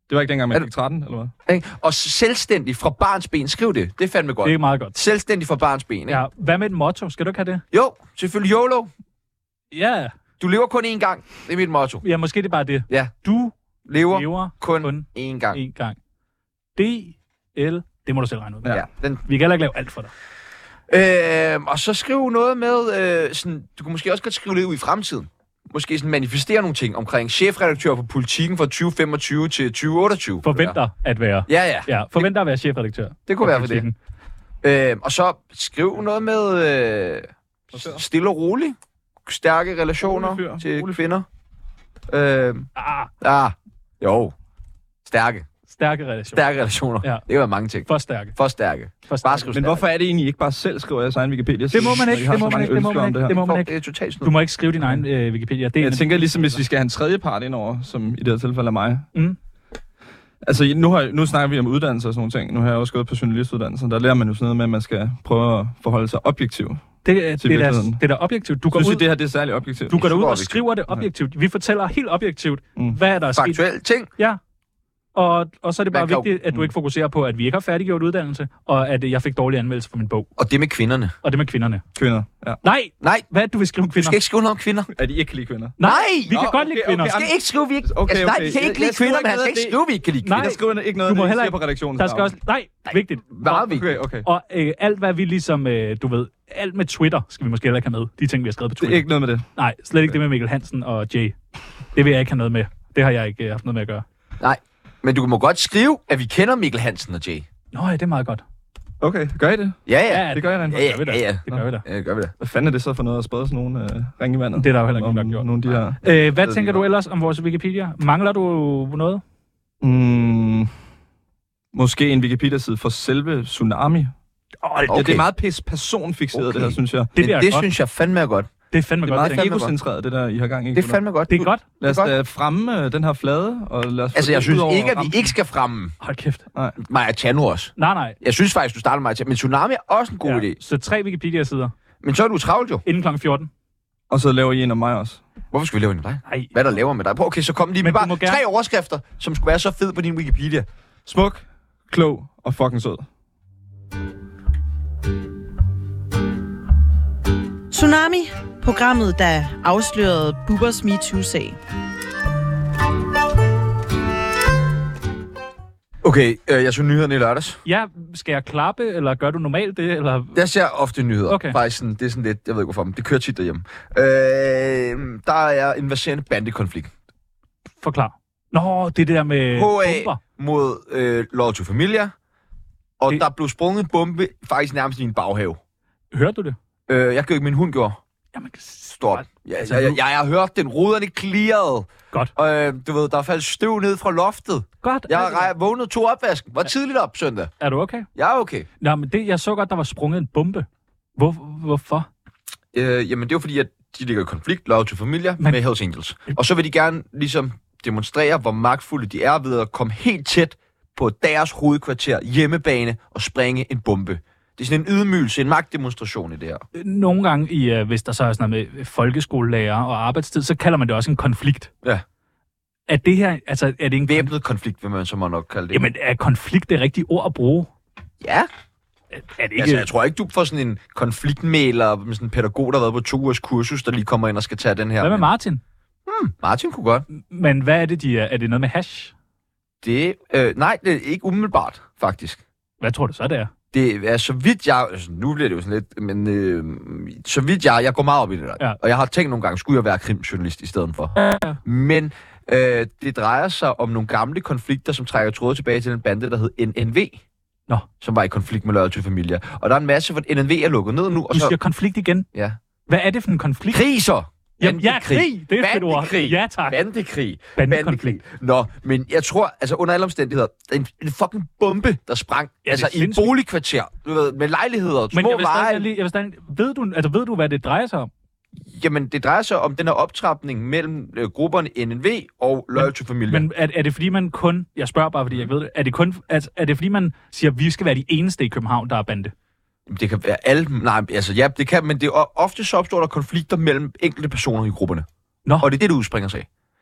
Det var ikke dengang, man fik 13, eller hvad? Ikke? Og selvstændig fra barnsben, skriv det. Det er fandme godt. Det er meget godt. Selvstændig fra barnsben, ikke? Ja, hvad med et motto? Skal du ikke have det? Jo, selvfølgelig YOLO. Ja. Du lever kun én gang. Det er mit motto. Ja, måske det er bare det. Ja. Du Lever lever kun én gang. én gang. DL, det må du selv regne ud. Ja. Den, Vi kan heller ikke lave alt for dig. og så skriv noget med, sådan, du kunne måske også godt skrive lidt ud i fremtiden. Måske sådan manifestere nogle ting omkring chefredaktør på Politikken fra 2025 til 2028. Forventer at være. Ja. Ja, forventer at være chefredaktør. Det kunne være for det. Politikken. Og så skriv noget med stille og roligt. Stærke relationer Rolig fyr. til Rolig fyr. kvinder. Jo. Stærke Stærke relationer. relationer. Ja. Det kan være mange ting. For stærke. For stærke. Bare skriv Men stærke. hvorfor er det egentlig ikke bare selv skriver jeres egen Wikipedia? Det må man ikke, I har det så må man mange ikke, det må ønsker man om det ikke, her. det må man Det ikke. er totalt sådan Du må ikke skrive din egen Wikipedia. Det er Jeg tænker ligesom, hvis vi skal have en tredje part ind over, som i det her tilfælde er mig. Mm. Altså, nu snakker vi om uddannelse og sådan nogle ting. Nu har jeg også gået på journalistuddannelsen. Der lærer man jo sådan noget med, at man skal prøve at forholde sig objektivt. Det er virkeligheden. da objektivt. Du går Synes I, ud, det her det er særligt objektivt? du går derud Super og objektivt. skriver det objektivt. Vi fortæller helt objektivt, hvad der er sket. Faktuelle ting. Ja. Og så er det bare Man kan jo- vigtigt, at du ikke fokuserer på, at vi ikke har færdiggjort uddannelse, og at jeg fik dårlige anmeldelser for min bog. Og det med kvinderne. Og det med kvinderne. Kvinder, ja. Nej! Nej, Hvad er det, du vil skrive om du kvinder? skal ikke skrive noget om kvinder. Er de ikke kan lide kvinder? Nej! Nej! Vi kan Nå, godt lide okay, kvinder. okay. Du skal ikke skrive, vi ikke... Okay, altså, nej, okay. vi kan ikke Jeg lide skriver kvinder, ikke men han noget skal af ikke det. skrive, vi ikke kan lide Nej. kvinder. Jeg skriver ikke noget, Du må af det, heller I siger ikke- på redaktionen. Der skal også... Nej, vigtigt. Meget vigtigt. Okay. Og alt, hvad vi ligesom, du ved, alt med Twitter, skal vi måske heller ikke have med. De ting, vi har skrevet på Det Twitter. er ikke noget med det. Nej, slet ikke det med Mikkel Hansen og Jay. Det vil jeg ikke have noget med. Det har jeg ikke haft noget med at gøre. Nej, men du må godt skrive, at vi kender Mikkel Hansen og Jay. Nå ja, det er meget godt. Okay, gør I det? Ja. Det gør jeg da. Ja, Det gør vi da. ja. Det gør vi da. Ja, det gør vi da. Hvad fanden er det så for noget at sprede sådan nogle ringe i vandet? Det er der jo heller ikke nogen, der har gjort. Nogle af de her... Hvad tænker du ellers om vores Wikipedia? Mangler du noget? Måske en Wikipedia-side for selve Tsunami. Ja, det er meget personfixeret, Okay. det her, synes jeg. Det bliver Det godt. synes jeg fandme er godt. Det er fandme Det er godt. meget tænkt. egocentreret, det der, I har gang i. Det er fandme godt. Det er godt. Lad os det er da fremme den her flade, og lad os få Altså, det jeg synes ud over ikke, at vi rampen. ikke skal fremme Hold kæft. Maja Tjano også. Nej. Jeg synes faktisk, du starter Maja Tjano. Men Tsunami er også en god idé. Så 3 Wikipedia-sider Men så er du travlt jo. inden kl. 14. Og så laver I en om mig også. Hvorfor skal vi lave en af dig? Nej. Hvad der laver med dig? Okay, så kom lige med Men du bare må gerne- 3 overskrifter, som skulle være så fed på din Wikipedia. Smuk, klog og fucking sød. Tsunami, programmet, der afslørede Bubbers MeToo-sag. Okay, jeg så nyhederne i lørdags. Ja, skal jeg klappe, eller gør du normalt det? Eller? Jeg ser ofte nyheder. Okay. Faktisk sådan, det er sådan lidt, jeg ved ikke hvorfor, men det kører tit derhjemme. Der er en verserende bandekonflikt. Forklar. Nå, det der med HA bomber. mod Loyal to Familia. Og Det- der blev sprunget en bombe faktisk nærmest i en baghave. Hørte du det? Jeg gjorde ikke, min hund gjorde. Jamen, Stort. Altså, Jeg har hørt den, ruderne klirrede. Godt. Og du ved, der faldt støv ned fra loftet. Godt. Jeg har vågnet 2 opvasken. Var tidligt op søndag. Er du okay? Jeg er okay. Nå, men jeg så godt, der var sprunget en bombe. Hvorfor? Jamen, det er jo fordi, at de ligger i konflikt, Loyal to Familia, Men- med Hells Angels. Og så vil de gerne ligesom demonstrere, hvor magtfulde de er ved at komme helt tæt på deres hovedkvarter, hjemmebane, og springe en bombe. Det er sådan en ydmygelse, en magtdemonstration i det her. Nogle gange, hvis der så er sådan noget med folkeskolelærer og arbejdstid, så kalder man det også en konflikt. Ja. Er det her, altså, er det en Væbnet konflikt, vil man så må nok kalde det. Jamen, er konflikt det rigtige ord at bruge? Ja. Er det ikke... Altså, jeg tror ikke, du får sådan en konfliktmæler med sådan en pædagog, der har været på 2 ugers kursus, der lige kommer ind og skal tage den her. Hvad med Martin? Martin kunne godt. Men hvad er det, de er? Er det noget med hash? Nej, det er ikke umiddelbart, faktisk. Hvad tror du så, det er? Det er så vidt jeg... Altså, nu bliver det jo sådan lidt... Men så vidt jeg går meget op i det der. Ja. Og jeg har tænkt nogle gange, skulle jeg være krimjournalist i stedet for. Ja. Men det drejer sig om nogle gamle konflikter, som trækker tråde tilbage til den bande, der hed NNV. Nå. Som var i konflikt med Loyal to Familia. Og der er en masse, for NNV er lukket ned nu. Og Du så, siger konflikt igen. ja. Hvad er det for en konflikt? Kriser! Jamen, ja, krig! Det er et fedt ord. Bandekrig. Ja, tak. Bandekrig. Bandekonflikt. Nå, men jeg tror, altså under alle omstændigheder, en fucking bombe, der sprang. Ja, Altså det er i et sindssygt. boligkvarter, du ved, med lejligheder, Men små jeg vil veje. stadig lige... Ved du, hvad det drejer sig om? Jamen, det drejer sig om den her optrapning mellem grupperne NNV og Loyal to Familia. Men er det fordi, man kun... Jeg spørger bare, fordi jeg ikke ved det. Er det fordi, man siger, at vi skal være de eneste i København, der er bande? Det kan være alle... Nej, altså ja, det kan, men det er ofte så opstår der konflikter mellem enkelte personer i grupperne. Nå. Og det er det udspringer sig af.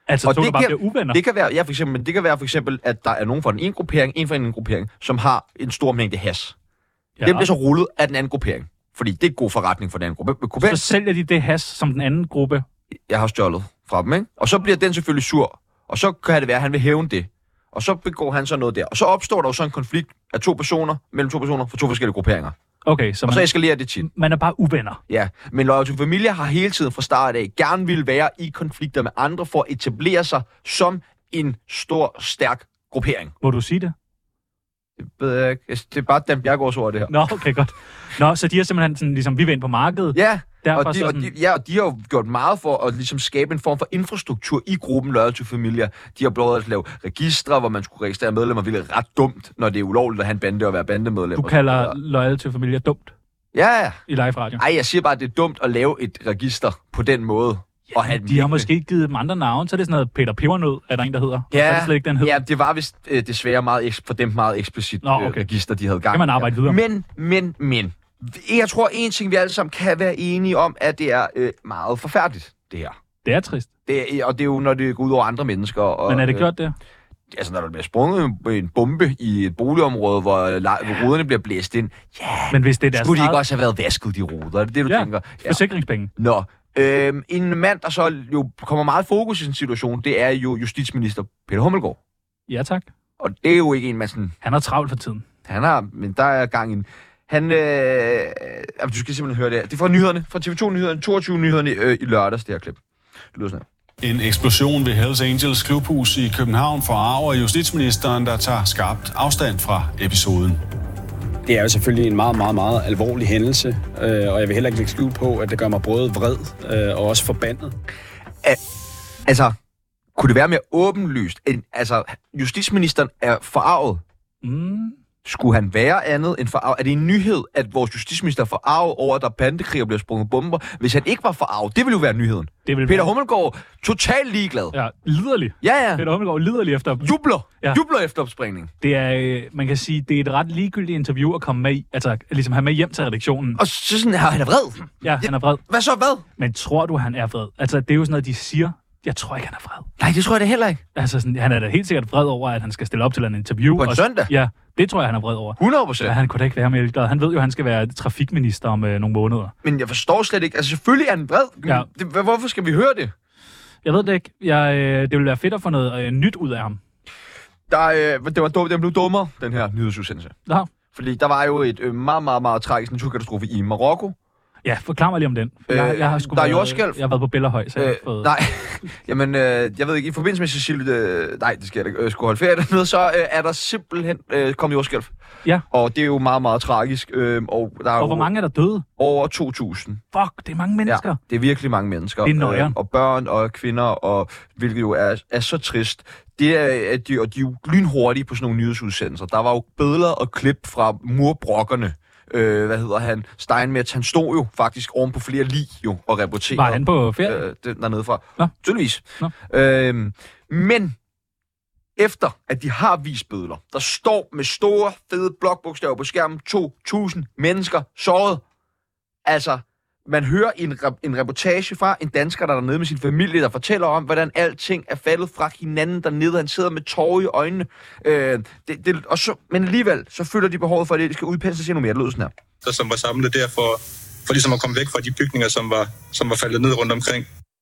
Altså, så du bare bliver uvenner? Det kan være, ja, det kan være for eksempel, at der er nogen fra den ene gruppering, en fra en anden gruppering, som har en stor mængde hash. Ja. Den bliver så rullet af den anden gruppering. Fordi det er god forretning for den anden gruppe. Så sælger de det hash, som den anden gruppe... Jeg har stjålet fra dem, ikke? Og så bliver den selvfølgelig sur. Og så kan det være, at han vil hævne det. Og så begår han så noget der. Og så opstår der jo så en konflikt af mellem to personer fra to forskellige grupperinger. Okay, og så eskalerer det tit. Man er bare uvenner. Ja, men Loyal to Familia har hele tiden fra start af gerne vil være i konflikter med andre for at etablere sig som en stor, stærk gruppering. Må du sige det? Det ved jeg ikke. Det er bare Dan Bjergårds ord, det her. Nå, okay, godt. Nå, så de har simpelthen sådan, ligesom, vi vil ind på markedet. Ja, og de har jo gjort meget for at ligesom skabe en form for infrastruktur i gruppen Loyal to Familia. De har prøvet at lave registre, hvor man skulle registrere medlemmer, hvilket er ret dumt, når det er ulovligt at have en bande og være bandemedlem. Du kalder Loyal to Familia dumt? Ja. I live radio? Nej, jeg siger bare, at det er dumt at lave et register på den måde. Ja, de har måske givet dem andre navne, så er det sådan noget Peter Pebernød, er der en, der hedder. Ja, er det slet ikke, den hedder? Ja, det var vist desværre for dem meget eksplicit register, de havde gang. Kan man arbejde videre? Men. Jeg tror, en ting, vi alle sammen kan være enige om, at det er meget forfærdeligt, det her. Det er trist. Og det er jo, når det går ud over andre mennesker. Og, men er det gjort det? Altså, når der bliver sprunget en bombe i et boligområde, hvor ruderne bliver blæst ind. Ja, men hvis det er skulle de ikke også have været vasket, de ruder? Er det du tænker? Ja, forsikringspenge. Nå. En mand, der så jo kommer meget fokus i sådan en situation, det er jo justitsminister Peter Hummelgaard. Ja, tak. Og det er jo ikke en, man sådan... Han har travlt for tiden. Men der er gang i en... du skal simpelthen høre det her. Det er fra nyhederne, fra TV2-nyhederne, 22-nyhederne i lørdags, det her klip. Det lyder sådan her. En eksplosion ved Hells Angels klubhus i København forarver justitsministeren, der tager skarpt afstand fra episoden. Det er jo selvfølgelig en meget, meget, meget alvorlig hændelse, og jeg vil heller ikke lægge skjul på, at det gør mig både vred og også forbandet. Altså, kunne det være mere åbenlyst? Justitsministeren er forarvet. Skulle han være andet end forarvet? Er det en nyhed, at vores justitsminister er forarvet over, at der er bandekrig og bliver sprunget bomber? Hvis han ikke var forarvet, det ville jo være nyheden. Peter Hummelgaard, totalt ligeglad. Ja, liderlig. Ja. Peter Hummelgaard, liderlig efter... Jubler efter opspringning. Det er, man kan sige, det er et ret ligegyldigt interview at komme med i. Altså, ligesom have med hjem til redaktionen. Og så sådan, han er vred. Ja, han er vred. Hvad så, hvad? Men tror du, han er vred? Altså, det er jo sådan noget, de siger. Jeg tror ikke, han er vred. Nej, det tror jeg da heller ikke. Altså, sådan, han er da helt sikkert vred over, at han skal stille op til en interview. På en søndag? Ja, det tror jeg, han er vred over. 100%. Ja, han kunne da ikke være mere glad. Han ved jo, at han skal være trafikminister om nogle måneder. Men jeg forstår slet ikke. Altså, selvfølgelig er han vred. Ja. Hvorfor skal vi høre det? Jeg ved det ikke. Det ville være fedt at få noget nyt ud af ham. Den blev dummere, den her nyhedsudsendelse. Ja. Fordi der var jo et meget, meget, meget tragisk naturkatastrofe i Marokko. Ja, forklar mig lige om den. Jeg har der er jordskælv. Jeg har været på Bellerhøj, så jeg har fået... Nej, jamen, jeg ved ikke, i forbindelse med Cecilie... nej, det skal jeg ikke. Skulle holde ferie dernede, så er der simpelthen kommet jordskælv. Ja. Og det er jo meget, meget tragisk. Og hvor mange er der døde? Over 2.000. Fuck, det er mange mennesker. Ja, det er virkelig mange mennesker. Det er nøjeren. Og børn og kvinder, og hvilket jo er så trist. Det er, at de er jo lynhurtige på sådan nogle nyhedsudsendelser. Der var jo billeder og klip fra murbrokkerne. Steinmetz, han stod jo faktisk oven på flere lig jo og rapporterede. Var han på ferie? Dernede fra. Nå. Tydeligvis. Nå. Men efter at de har vist billeder, der står med store, fede blokbogstaver på skærmen, 2.000 mennesker såret. Altså, man hører en reportage fra en dansker, der er dernede med sin familie, der fortæller om, hvordan alting er faldet fra hinanden dernede. Han sidder med tårer i øjnene. Men alligevel, så føler de behovet for, at det skal udpensles endnu mere. Det lyder sådan her. Som var samlet der for ligesom at komme væk fra de bygninger, som var faldet ned rundt omkring.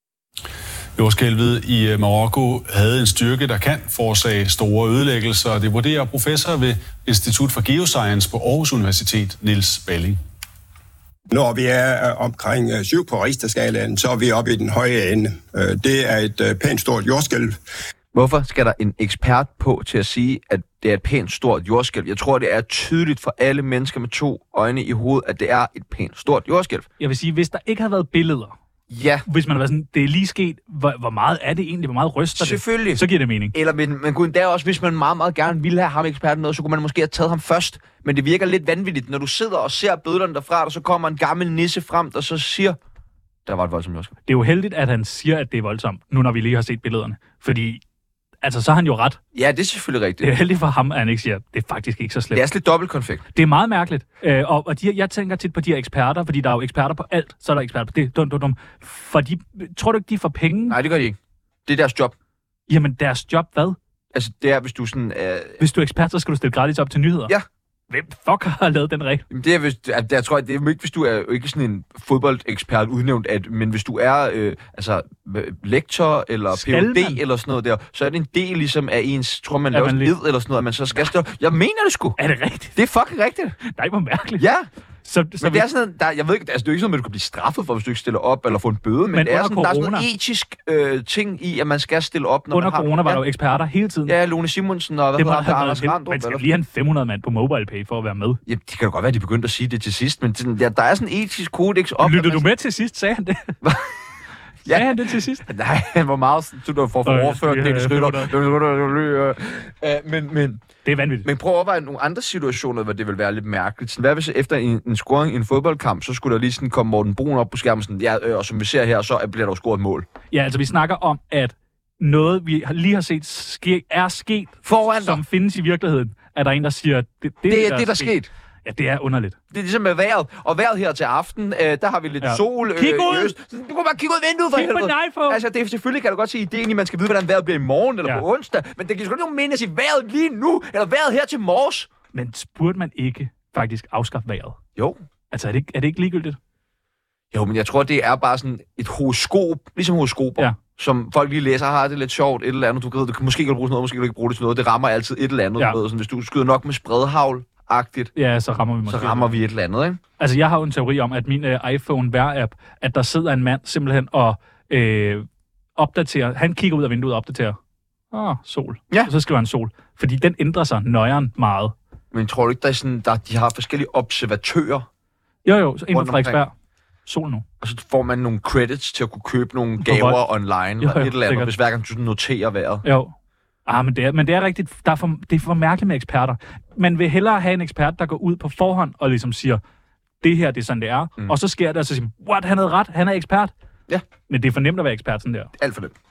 Jordskælvet i Marokko havde en styrke, der kan forårsage store ødelæggelser, og det vurderer professor ved Institut for Geoscience på Aarhus Universitet, Niels Balling. Når vi er omkring 7 på Richterskalaen, så er vi oppe i den høje ende. Det er et pænt stort jordskælv. Hvorfor skal der en ekspert på til at sige, at det er et pænt stort jordskælv? Jeg tror, det er tydeligt for alle mennesker med 2 øjne i hovedet, at det er et pænt stort jordskælv. Jeg vil sige, hvis der ikke havde været billeder, ja. Hvis man har været sådan, det er lige sket, hvor meget er det egentlig, hvor meget ryster selvfølgelig. Det? Så giver det mening. Eller man kunne endda også, hvis man meget, meget gerne ville have ham eksperten med, så kunne man måske have taget ham først. Men det virker lidt vanvittigt, når du sidder og ser billederne derfra, og så kommer en gammel nisse frem, der så siger, der var et voldsomt jordskælv. Det er jo heldigt, at han siger, at det er voldsomt, nu når vi lige har set billederne. Fordi, altså, så har han jo ret. Ja, det er selvfølgelig rigtigt. Det er heldigt for ham, at han ikke siger, det er faktisk ikke så slemt. Det er lidt dobbeltkonfekt. Det er meget mærkeligt. Jeg tænker tit på de her eksperter, fordi der er jo eksperter på alt, så er der eksperter på det. Tror du ikke, de får penge? Nej, det gør de ikke. Det er deres job. Jamen, deres job hvad? Altså, det er, hvis du sådan... Hvis du er ekspert, så skal du stille gratis op til nyheder. Ja. Hvem fuck har lavet den regel? Jamen, det er, hvis, jeg tror, det er ikke, hvis du er ikke sådan en fodboldekspert udnævnt, men hvis du er lektor eller Ph.D. eller sådan noget der, så er det en del ligesom af ens, tror man laver sådan eller sådan noget, at man så skal stå. Jeg mener det sgu. Er det rigtigt? Det er fucking rigtigt. Nej, hvor mærkeligt. Ja. Så men det er sådan, jeg ved ikke, altså det er ikke sådan, at du kan blive straffet for, hvis du ikke stiller op eller få en bøde, men det er sådan, der er sådan noget etisk ting i, at man skal stille op, når under man har... corona var der jo eksperter hele tiden. Ja, Lone Simonsen og hvad hedder der, Anders Randrup. Man skal lige have en 500 mand på MobilePay for at være med. Ja, det kan da godt være, at de begyndte at sige det til sidst, men der er sådan en etisk kodex op... Lyttede du med til sidst, sagde han det? Ja, han det til sidst? Nej, han var meget sådan, du får overført det, men det er vanvittigt. Men prøv at overveje nogle andre situationer, hvor det vil være lidt mærkeligt. Sådan, hvad hvis efter en scoring i en fodboldkamp, så skulle der lige sådan komme Morten Brun op på skærmen, sådan, ja, og som vi ser her, så bliver der jo scoret et mål. Ja, altså vi snakker om, at noget, vi lige har set er sket, som findes i virkeligheden, at der er en, der siger, det er sket. Ja, det er underligt. Det er ligesom med vejret. Og vejret her til aften, der har vi lidt sol. Kig ud! Du kan bare kigge ud af vinduet for helvede. Kig på en iPhone! Altså, det er selvfølgelig, kan du godt sige, ideen i, man skal vide, hvordan vejret bliver i morgen eller på onsdag. Men det giver sgu ikke nogen mening at sige vejret lige nu, eller vejret her til morges. Men burde man ikke faktisk afskaffe vejret? Jo. Altså, er det ikke ligegyldigt? Jo, men jeg tror, det er bare sådan et horoskop, ligesom horoskoper, som folk lige læser, har det lidt sjovt, et eller andet, du kan måske ikke bruge noget, måske kan du ikke bruge det til noget, det rammer altid et eller andet, du ved, sådan, hvis du skyder nok med spredhavl-agtigt, ja, så rammer vi et eller andet, ikke? Altså, jeg har jo en teori om, at min iPhone vejr-app, at der sidder en mand simpelthen og opdaterer, han kigger ud af vinduet og opdaterer, sol, og så skriver han sol, fordi den ændrer sig nøjeren meget. Men tror du ikke, der er sådan, de har forskellige observatører? Jo, så inden for Frederiksberg. Sol nu. Og så får man nogle credits til at kunne købe nogle gaver online, eller et eller andet, hvis hver gang du noterer vejret. Jo. Men det er rigtigt. Det er for mærkeligt med eksperter. Man vil hellere have en ekspert, der går ud på forhånd og ligesom siger, det her, det er sådan, det er. Og så sker det, og så siger what, han havde ret, han er ekspert. Ja. Men det er for nemt at være ekspert sådan der. Alt for nemt.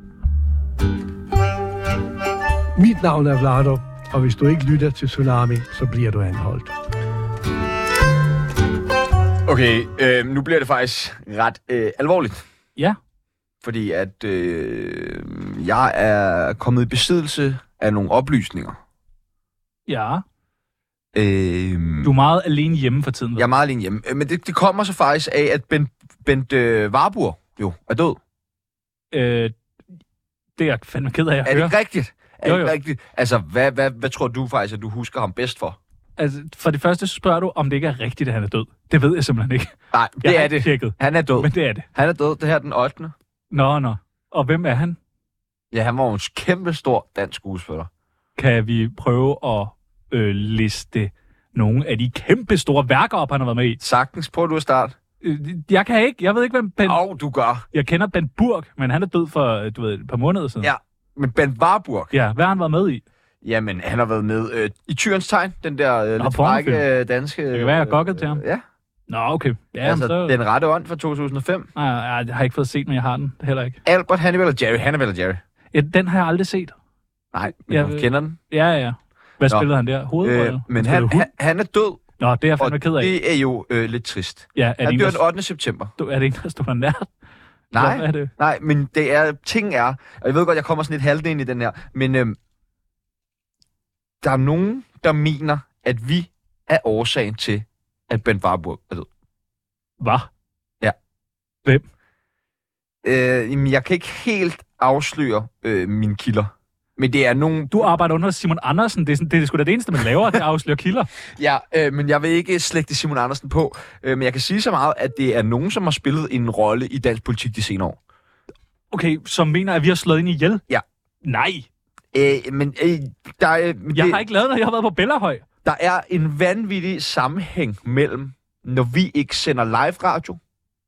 Mit navn er Vlado, og hvis du ikke lytter til Tsunami, så bliver du anholdt. Okay, nu bliver det faktisk ret alvorligt. Ja. Fordi at jeg er kommet i besiddelse af nogle oplysninger. Ja. Du er meget alene hjemme for tiden. Jeg er meget alene hjemme. Men det kommer så faktisk af, at Bent Warburg jo er død. Det er jeg fandme ked af at høre. Er det rigtigt? Er det rigtigt? Altså, hvad tror du faktisk, at du husker ham bedst for? Altså, for det første så spørger du, om det ikke er rigtigt, at han er død. Det ved jeg simpelthen ikke. Nej, det er det. Tjekket. Han er død. Men det er det. Han er død, det her den 8. Nå. Og hvem er han? Ja, han var jo en kæmpe stor dansk skuespiller. Kan vi prøve at liste nogle af de kæmpe store værker op, han har været med i? Sagtens. Prøv du at starte. Jeg kan ikke. Jeg ved ikke, hvem Ben... du gør. Jeg kender Ben Burg, men han er død for, et par måneder siden. Ja, men Ben Warburg. Ja, hvad har han været med i? Jamen, han har været med i Tyrens Tegn, den der lidt frække danske... Det kan være, jeg har gokket til ham. Ja. Nå, okay. Ja, altså, så... Den rette ånd fra 2005. Nej, jeg har ikke fået set, men jeg har den heller ikke. Albert, Hannibal og Jerry. Ja, den har jeg aldrig set. Nej, men du kender den. Ja. Hvad spillede han der? Hovedrollen? Men han er død. Nå, det er jeg fandme ked af. Det er jo lidt trist. Ja, han dør den 8. september. Er det ikke, der står der nært? Nej, men det er, ting er, og jeg ved godt, jeg kommer sådan lidt halvt ind i den her, men der er nogen, der mener, at vi er årsagen til, at Ben Warburg er død. Hvad? Ja. Hvem? Jeg kan ikke helt afsløre mine kilder. Men det er nogen... Du arbejder under Simon Andersen. Det er sgu da det eneste, man laver, det afslører kilder. Ja, men jeg vil ikke slægte Simon Andersen på. Men jeg kan sige så meget, at det er nogen, som har spillet en rolle i dansk politik de senere år. Okay, som mener, at vi har slået ind i ihjel? Ja. Nej. Der er... Jeg har ikke lavet det, jeg har været på Bellahøj. Der er en vanvittig sammenhæng mellem, når vi ikke sender live radio,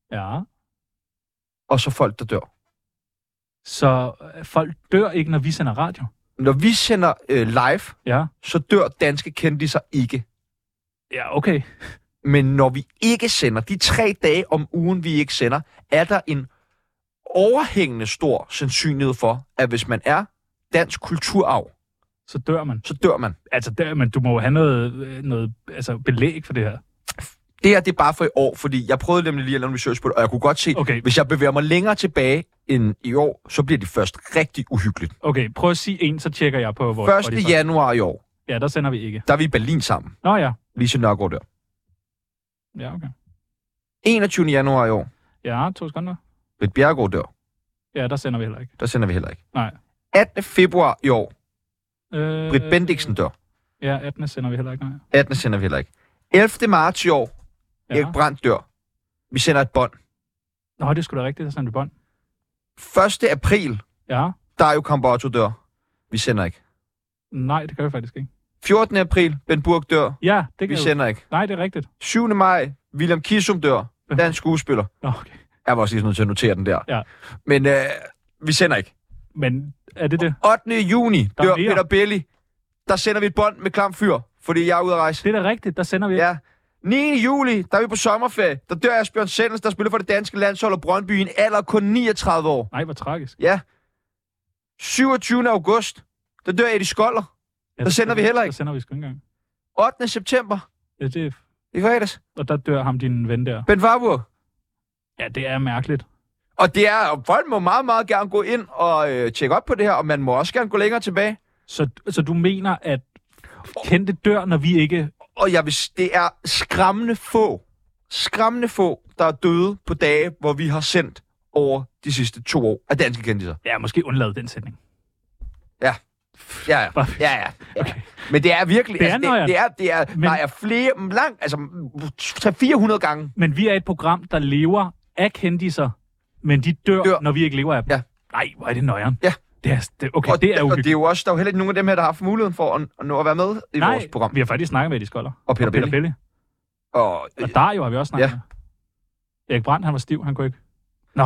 og så folk, der dør. Så folk dør ikke, når vi sender radio? Når vi sender live, så dør danske kendiser ikke. Ja, okay. Men når vi ikke sender, de 3 dage om ugen, vi ikke sender, er der en overhængende stor sandsynlighed for, at hvis man er dansk kulturarv, så dør man. Så dør man. Altså, men du må jo have noget belæg for det her. Det her, det er bare for i år, fordi jeg prøvede nemlig lige at lave en research på det, og jeg kunne godt se, hvis jeg bevæger mig længere tilbage end i år, så bliver det først rigtig uhyggeligt. Okay, prøv at sige en, så tjekker jeg på vores... 1. januar i år. Ja, der sender vi ikke. Der er vi i Berlin sammen. Nå ja. Lise Nørgaard dør. Ja, okay. 21. januar i år. Ja, 2 sekunder. Britt Bjerregaard dør. Ja, der sender vi heller ikke. Der sender vi heller ikke. Nej. 18. februar i år. Britt Bendiksen dør. Ja, 18. sender vi heller ikke, nej. 18. sender vi heller ikke. 11. marts i år. Ja. Erik Brandt dør. Vi sender et bånd. Nå, det skulle da rigtigt, der sender vi bånd. 1. april. Ja. Dario Camboto dør. Vi sender ikke. Nej, det gør vi faktisk ikke. 14. april. Ben Burg dør. Ja, det kan vi sender ikke. Nej, det er rigtigt. 7. maj. William Kissum dør. Dansk skuespiller. Okay. Jeg var også lige nødt til at notere den der. Ja. Men vi sender ikke. Men er det det? 8. juni dør Peter Belli. Der sender vi et bånd med klam fyr, fordi jeg er ude at rejse. Det er da rigtigt, der sender vi ikke. Ja. 9. juli, der er vi på sommerferie. Der dør Asbjørn Sendels, der spiller for det danske landshold og Brøndby i en alder kun 39 år. Nej, hvor tragisk. Ja. 27. august, der dør Eddie Skoller. Ja, der sender vi heller ikke. Der sender vi sgu ikke engang. 8. september. Ja, det er... I fredags. Og der dør ham din ven der. Ben Warburg. Ja, det er mærkeligt. Og det er, og folk må meget, meget gerne gå ind og tjekke op på det her, og man må også gerne gå længere tilbage. Så du mener, at kendte dør, når vi ikke... Og jeg vil, det er skræmmende få, der er døde på dage, hvor vi har sendt over de sidste 2 år af danske kendiser. Ja, måske undlade den sætning. Ja. Okay. Men det er virkelig... Det er der er flere, altså 300-400 gange. Men vi er et program, der lever af kendiser, men de dør, når vi ikke lever af dem. Ja. Nej, hvor er det nøjeren. Ja. Det er uhyggeligt. Og det er jo også, der er jo heller ikke nogen af dem her, der har haft muligheden for at nå at være med i vores program. Vi har faktisk snakket med Eddie Skoller. Og Peter Belli. Og Dario har vi også snakket med. Erik Brandt, han var stiv, han kunne ikke. Nå.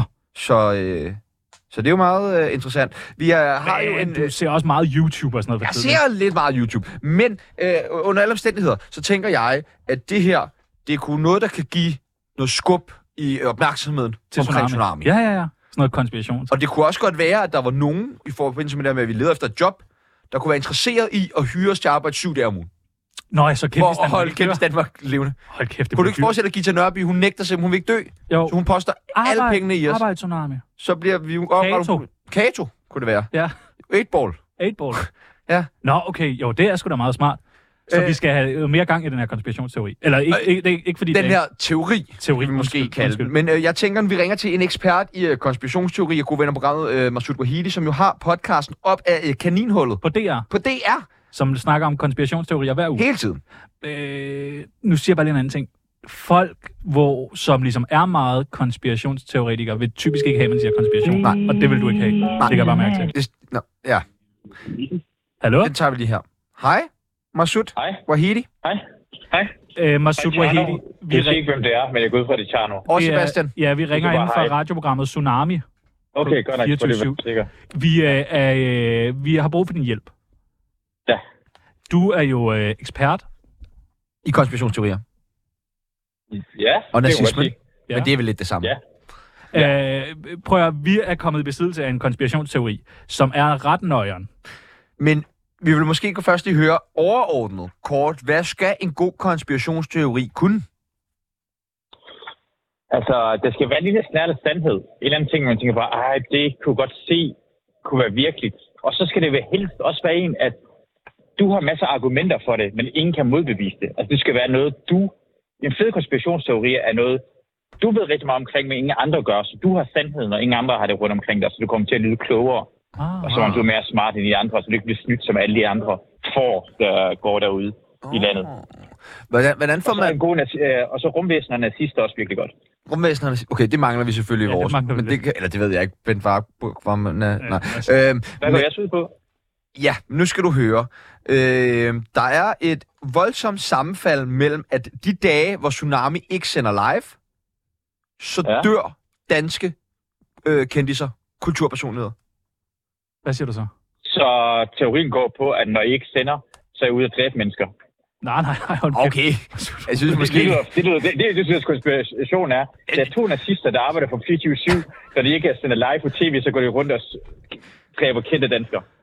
Så det er jo meget interessant. Vi har jo en... Du ser også meget YouTube og sådan noget. Jeg ser lidt meget YouTube. Men under alle omstændigheder, så tænker jeg, at det her, det er kun noget, der kan give noget skub i opmærksomheden til omkring tsunami. Ja. Sådan noget konspiration. Og det kunne også godt være, at der var nogen, i forbindelse med det med, at vi leder efter et job, der kunne være interesseret i at hyre os til arbejde 7 dage om ugen. Nå, så for at holde Kendis Danmark levende. Hold kæft, det kunne du ikke forestille dig, at Gita Nørby, hun nægter simpelthen, hun vil ikke dø. Jo. Så hun poster alle pengene i os. Arbejde tsunami. Så bliver vi jo... Kato, kunne det være. Ja. 8-ball. 8-ball. Ja. Nå, okay. Jo, det er sgu da meget smart. Så vi skal have mere gang i den her konspirationsteori. Eller ikke fordi... Den her teori vi måske kalde den. Men jeg tænker, at vi ringer til en ekspert i konspirationsteori og gode venner programmet, Masoud Wahidi, som jo har podcasten op af kaninhullet. På DR. På DR. Som snakker om konspirationsteorier hver uge. Hele tiden. Nu siger jeg bare lige en anden ting. Folk, som ligesom er meget konspirationsteoretikere, vil typisk ikke have, at man siger konspiration. Nej. Og det vil du ikke have. Det kan jeg bare mærke til. Ja. Hallo? Den tager vi lige her. Hej, Masoud Wahidi. Hej. Masoud Wahidi. Jeg ved ikke, hvem det er, men jeg går ud fra, det Tjerno. Og Sebastian. Ja, vi ringer inden fra radioprogrammet Tsunami. Okay, godt nok. Vi har brug for din hjælp. Ja. Du er jo ekspert i konspirationsteorier. Ja, og nazismen. Ja. Men det er vel lidt det samme. Ja. Prøv at vi er kommet i besiddelse af en konspirationsteori, som er ret nøjeren. Men vi vil måske først lige høre overordnet kort. Hvad skal en god konspirationsteori kunne? Altså, der skal være en lille snært af sandhed. En eller anden ting, man tænker bare, det kunne godt se, kunne være virkeligt. Og så skal det helst også være en, at du har masser af argumenter for det, men ingen kan modbevise det. Altså, det skal være noget, en fed konspirationsteori er noget, du ved rigtig meget omkring, men ingen andre gør. Så du har sandheden, og ingen andre har det rundt omkring dig, så du kommer til at lyde klogere. Og så er du mere smart end de andre, så du ikke bliver snydt som alle de andre der går derude i landet. Hvordan får man... Og så rumvæsener og nazister også virkelig godt. Rumvæsener og nazister? Okay, det mangler vi selvfølgelig i vores. Men det ved jeg ikke. Bent Varg... Nej. Hvad går jeg så ud på? Ja, nu skal du høre. Der er et voldsomt sammenfald mellem, at de dage, hvor Tsunami ikke sender live, så dør danske kendiser, kulturpersonligheder. Hvad siger du så? Så teorien går på, at når I ikke sender, så er I ude at dræbe mennesker. Nej. Okay. Jeg synes måske... Det synes konspiration er. Der er 2 nazister, der arbejder for 24/7, så de ikke sender live på tv, så går de rundt og dræber kendte danskere.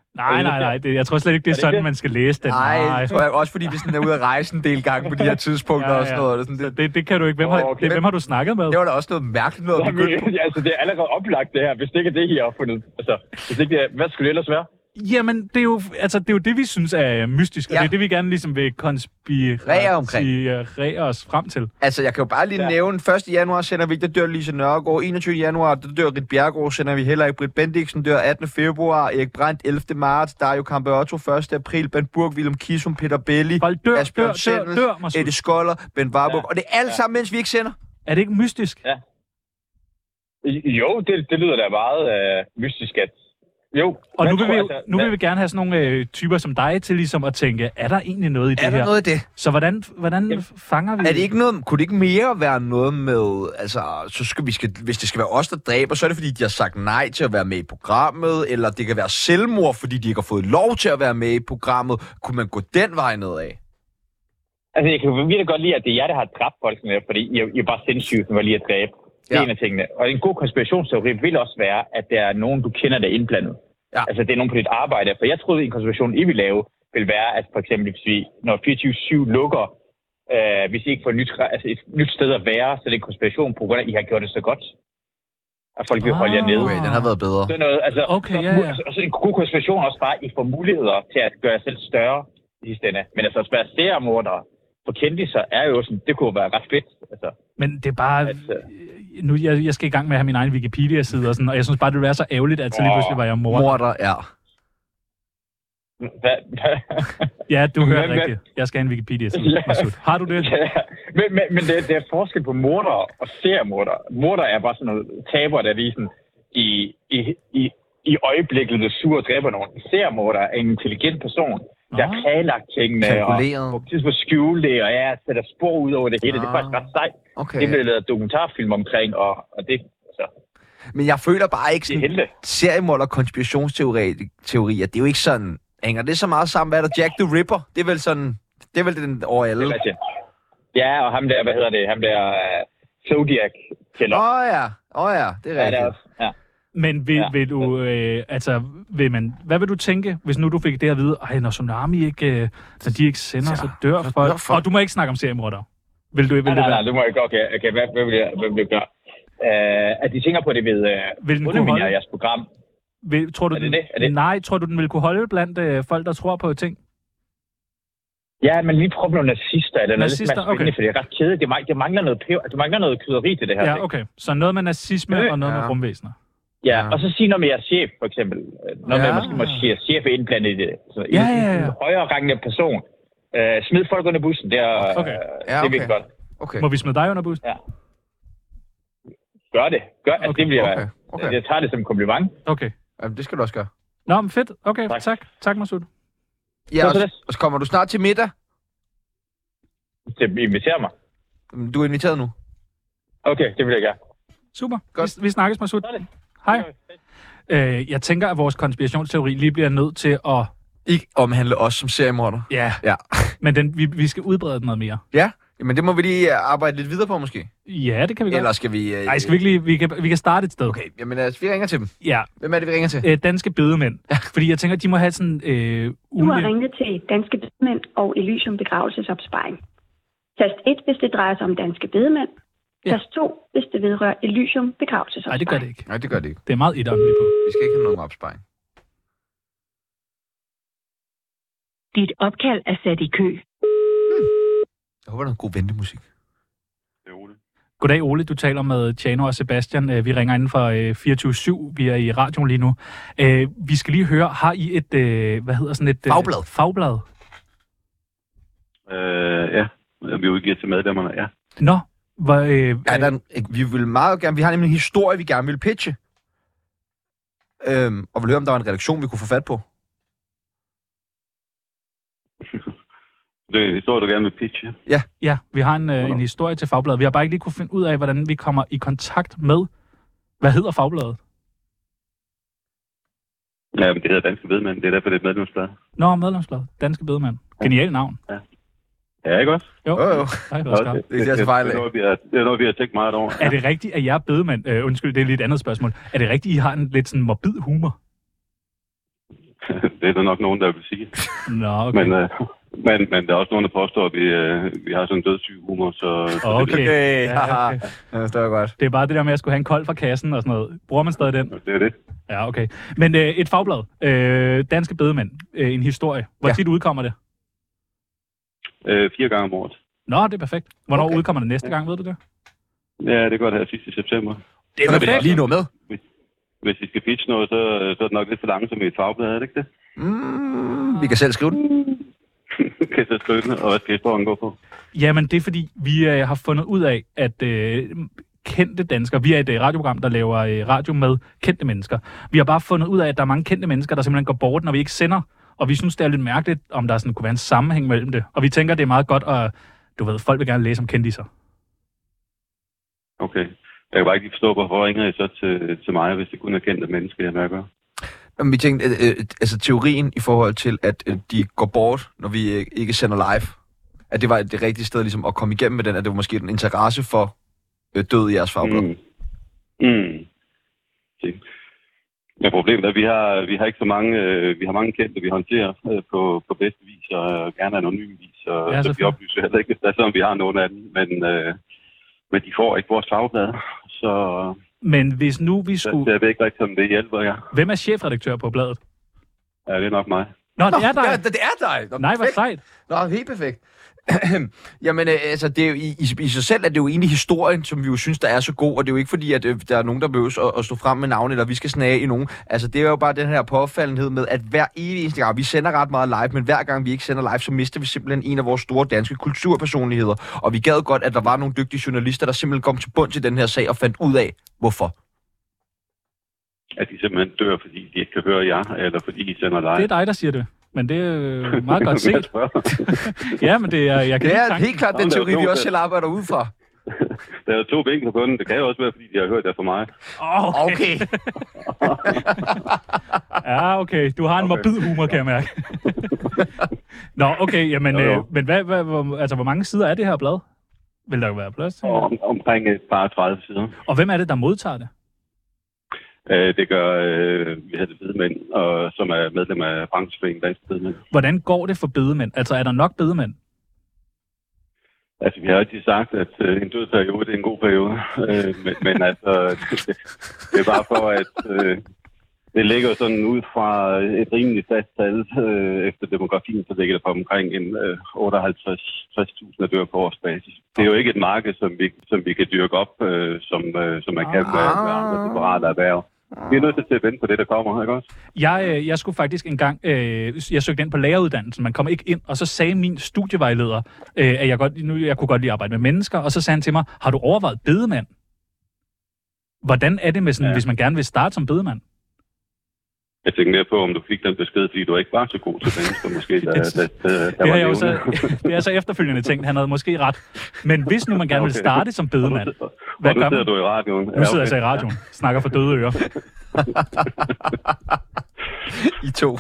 Nej. Jeg tror slet ikke, det er sådan, man skal læse den. Nej, tror jeg også, fordi vi sådan er ude at rejse en del gange på de her tidspunkter og sådan noget. Sådan, det kan du ikke. Hvem har du snakket med? Det var da også noget mærkeligt noget. Altså, det er allerede oplagt, det her. Hvis det ikke er det, I har fundet. Altså, hvis ikke det er, hvad skulle det ellers være? Jamen, det er jo det, vi synes er mystisk, og det er det, vi gerne ligesom vil konspirere os frem til. Altså, jeg kan jo bare lige nævne, 1. januar sender vi, der dør Lise Nørgaard, 21. januar, der dør Rit Bjerregaard, sender vi heller ikke, Britt Bendiksen dør 18. februar, Erik Brandt 11. marts, Dario Campeotto 1. april, Ben Burg, Willem Kisum, Peter Belli, Asbjørn Sendels, Eddie Skoller, Ben Warburg, og det er alle sammen, mens vi ikke sender. Er det ikke mystisk? Ja. Jo, det lyder da meget mystisk, at jo. Og nu vil vi gerne have sådan nogle typer som dig til ligesom at tænke, er der egentlig noget i det her? Er der noget i det? Så hvordan fanger vi det? Er det ikke noget, kunne det ikke mere være noget med, altså, hvis det skal være os, der dræber, så er det fordi, de har sagt nej til at være med i programmet, eller det kan være selvmord, fordi de ikke har fået lov til at være med i programmet. Kunne man gå den vej nedad? Altså, jeg kan virkelig godt lide, at det er jer, der har dræbt folkene, fordi I er bare sindssygt, som var lige at dræbe. Det er en af tingene. Og en god konspirationsteori vil også være, at der er nogen, du kender, der er indblandet. Ja. Altså, det er nogen på dit arbejde. For jeg troede, en konspiration, I vil lave, vil være, at for eksempel, hvis vi, når 24/7 lukker, hvis I ikke får et nyt sted at være, så det er en konspiration på grund af, at I har gjort det så godt. At folk vil holde jer nede. Okay, den har været bedre. Så noget, altså, og så en god konspiration også bare, at I får muligheder til at gøre jer selv større i sidste ende. Men altså, at være seriemordere for kendisser er jo sådan, det kunne være ret fedt. Altså, men det er bare... Nu, jeg skal i gang med at have min egen Wikipedia-side og sådan, og jeg synes bare, det ville være så ærgerligt, at så lige pludselig var jeg morder. Ja. Ja, du hørte rigtigt. Jeg skal have en Wikipedia-side. Har du det? Ja. Men det er forskel på morder og seriemorder. Morder er bare sådan noget taber, der lige sådan i øjeblikket er sur og dræber nogen. Seriemorder er en intelligent person, der har planlagt tingene og på skjule det, og sætter spor ud over det hele. Det er faktisk ret sejt. Okay. Det bliver lavet dokumentarfilm omkring, og det... Altså. Men jeg føler bare ikke sådan... Seriemorder og konspirationsteorier, det er jo ikke sådan... Hænger det så meget sammen? Hvad er der? Jack the Ripper? Det er vel sådan... Det er vel den over alle. Ja, og ham der, hvad hedder det? Ham der Zodiac-kælder. Ja, det er rigtigt. Ja. Men vil du, hvad vil du tænke, hvis nu du fik det at vide, når Tsunami ikke, når de ikke sender, så dør folk. Og du må ikke snakke om seriemordere. Vil du nej, du må ikke. Okay, hvad vil jeg gøre? At de tænker på det ved underminere jeres program. Tror du, nej, tror du, den vil kunne holde blandt folk, der tror på ting? Ja, men lige prøve nogle nazister, eller noget lidt mere spændende, for det er ret kedeligt. Det mangler noget krydderi til det her. Ja, okay. Så noget med nazisme og noget med rumvæsener. Ja, og så sige noget med jeres chef, for eksempel. Noget med, måske jeres chef er indblandet i det. Så en højere rangende person. Smid folk under bussen, det er virkelig godt. Okay. Må vi smide dig under bussen? Ja. Gør det. Altså, det bliver... Okay. Jeg tager det som en kompliment. Okay. Jamen, det skal du også gøre. Nå, men fedt. Okay, tak Masud. Ja, og så kommer du snart til middag? Til inviterer mig. Du er inviteret nu. Okay, det vil jeg gøre. Super. Godt. Vi snakkes, Masud. Hej. Jeg tænker, at vores konspirationsteori lige bliver nødt til at... Ikke omhandle os som seriemorder. Ja. Men vi skal udbrede den noget mere. Ja, men det må vi lige arbejde lidt videre på, måske. Ja, det kan vi godt. Eller skal vi... Nej, skal vi ikke lige... Vi kan starte et sted. Okay, jamen vi ringer til dem. Ja. Hvem er det, vi ringer til? Danske bedemænd. Ja. Fordi jeg tænker, de må have sådan... Du har ringet til Danske Bedemænd og Elysium Begravelsesopsparing. Tast 1, hvis det drejer sig om Danske Bedemænd. Ja. Tast 2, hvis det vedrører Elysium Begravelsesopsparing. Nej, det gør det ikke. Det er meget etåndeligt på. Vi skal ikke have nogen opsparing. Dit opkald er sat i kø. Jeg håber, der er en god ventemusik. Det er Ole. Goddag, Ole. Du taler med Tjano og Sebastian. Vi ringer inden for 24/7. Vi er i radioen lige nu. Vi skal lige høre, har I et, fagblad? Fagblad? Ja, vi udgiver til medlemmerne, ja. Nå, vi vil meget gerne... Vi har nemlig en historie, vi gerne vil pitche. Og vil høre, om der var en redaktion, vi kunne få fat på. Det er historie, du gerne vil pitche? Ja, vi har en historie til Fagbladet. Vi har bare ikke lige kunne finde ud af, hvordan vi kommer i kontakt med... Hvad hedder Fagbladet? Ja, men det hedder Danske Bedemænd. Det er derfor, det er et medlemsblad. Nå, medlemsblad. Danske Bedemænd. Genialt navn. Ja. Ja, ikke også? Jo. Nej, det er noget, vi har tænkt meget over. Er det rigtigt, at jeg er bedemand? Undskyld, det er lidt et andet spørgsmål. Er det rigtigt, at I har en lidt sådan morbid humor? Det er der nok nogen, der vil sige. Nå, okay. Men der er også nogen, der påstår, at vi har sådan en dødssyg humor, så... Okay. Ja, okay. Ja, det er godt. Det er bare det der med at skulle have en kold fra kassen og sådan noget. Bruger man stadig den? Det er det. Ja, okay. Men et fagblad. Danske Bedemænd. En historie. Hvor tit udkommer det? 4 gange om året. Nå, det er perfekt. Hvornår udkommer det næste gang, ved du det? Ja, det går det her sidst i september. Det er perfekt. Lige nu med. Hvis I skal pitche noget, så er det nok lidt for langsomt i et fagblad, er det ikke det? Vi kan selv skrive den. Kan selv skrive den, og hvad skal historien gå på? Jamen, det er fordi, vi har fundet ud af, at kendte danskere, vi er et radioprogram, der laver radio med kendte mennesker. Vi har bare fundet ud af, at der er mange kendte mennesker, der simpelthen går bort, når vi ikke sender. Og vi synes, det er lidt mærkeligt, om der sådan kunne være en sammenhæng mellem det. Og vi tænker, det er meget godt, og du ved, folk vil gerne læse om kendiser. Okay. Jeg kan bare ikke lige forstå, hvorfor ringer I så til mig, hvis det kun er kendte mennesker, jeg mærker? Vi tænkte, altså teorien i forhold til, at de går bort, når vi ikke sender live, at det var det rigtige sted ligesom at komme igennem med den, at det var måske en interesse for død i jeres fagblad. Men problemet er, at vi har ikke så mange, vi har mange kendte, vi håndterer på bedste vis, og gerne anonym vis, så vi oplyser heller ikke, selvom vi har nogen af dem, men de får ikke vores fagblad, så... Men hvis nu vi skulle... Jeg ved ikke rigtig, om det hjælper jer. Hvem er chefredaktør på bladet? Ja, det er nok mig. Nå, det er dig! Ja, det er dig! Nej, hvor sejt! Nå, helt perfekt. Jamen, altså, det er jo, i sig selv er det jo egentlig historien, som vi jo synes, der er så god, og det er jo ikke fordi, at der er nogen, der behøver at stå frem med navn, eller vi skal snage i nogen. Altså, det er jo bare den her påfaldenhed med, at hver eneste gang, vi sender ret meget live, men hver gang vi ikke sender live, så mister vi simpelthen en af vores store danske kulturpersonligheder. Og vi gad godt, at der var nogle dygtige journalister, der simpelthen kom til bund til den her sag og fandt ud af, hvorfor. At de simpelthen dør, fordi de ikke kan høre jer, eller fordi I sender live. Det er dig, der siger det. Men det er meget godt set. Ja, men det er... Jeg kan det er helt klart den teori, vi også selv arbejder ud fra. Der er 2 vinkler på den. Det kan jo også være, fordi de har hørt det fra mig. Okay. Ja, okay. Du har en morbid humor, kan jeg mærke. Nå, okay. Jamen, men hvor mange sider er det her blad? Vil der jo være plads til? Omkring et par 30 sider. Og hvem er det, der modtager det? Det gør vi hedder Bedemænd, som er medlem af brancheforeningen Danske Bedemænd. Hvordan går det for bedemænd? Altså, er der nok bedemænd? Altså, vi har altid sagt, at en død periode, det er en god periode. Men altså, det er bare for, at det ligger sådan ud fra et rimeligt fast tal efter demografien, så ligger det på omkring en 58-60.000 der dør på årsbasis. Det er jo ikke et marked, som vi kan dyrke op, som man kan med andre liberale erhverv. Vi er nødt til at vente på det, der kommer, ikke også? Jeg skulle faktisk engang, jeg søgte ind på læreruddannelsen, man kom ikke ind, og så sagde min studievejleder, at jeg kunne godt lide at arbejde med mennesker, og så sagde han til mig, har du overvejet bedemand? Hvordan er det med sådan, hvis man gerne vil starte som bedemand? Jeg tænker mere på, om du fik den besked, fordi du ikke var så god til mennesker, måske. Det har jeg jo det er så efterfølgende tænkt, han havde måske ret. Men hvis nu man gerne vil starte som bedemand, hvad gør man? Nu sidder du i radioen. Nu sidder jeg så i radioen. Snakker for døde ører. I to.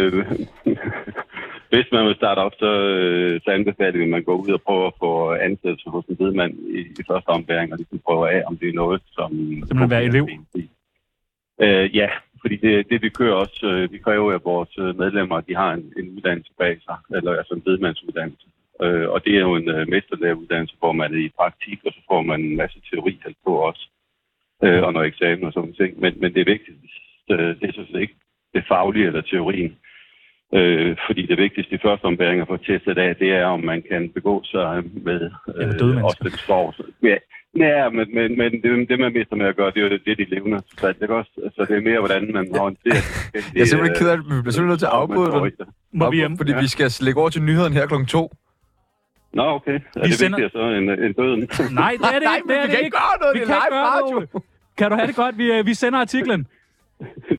Hvis man vil starte op, så anbefaler vi, at man går ud og prøver at få ansættelse hos en bedemand i første ombæring, og ligesom prøver af, om det er noget, som... Simpelthen være elev? Ja, fordi det vi kører også, vi kræver at vores medlemmer, de har en uddannelse bag sig, eller altså en bedemandsuddannelse. Og det er jo en mesterlæreruddannelse, hvor man er i praktik, og så får man en masse teori på også, og noget eksamen og sådan ting. Men det er vigtigt, det er sådan ikke det faglige eller teorien. Fordi det vigtigste i første ombæring at få testet af, det er, om man kan begå sig med også den sorg. Ja, men det man mister med at gøre, det er jo det, de levende. Så det er også, altså det er mere, hvordan man håndterer det. Jeg er simpelthen ked af, at vi bliver simpelthen nødt til at afbryde den. Fordi vi skal lægge over til nyheden her klokken 2. Nå, okay. Er det vigtigt så en døden? Nej, det er det ikke. Vi kan ikke gøre noget, det er live radio. Kan du have det godt? Vi sender artiklen.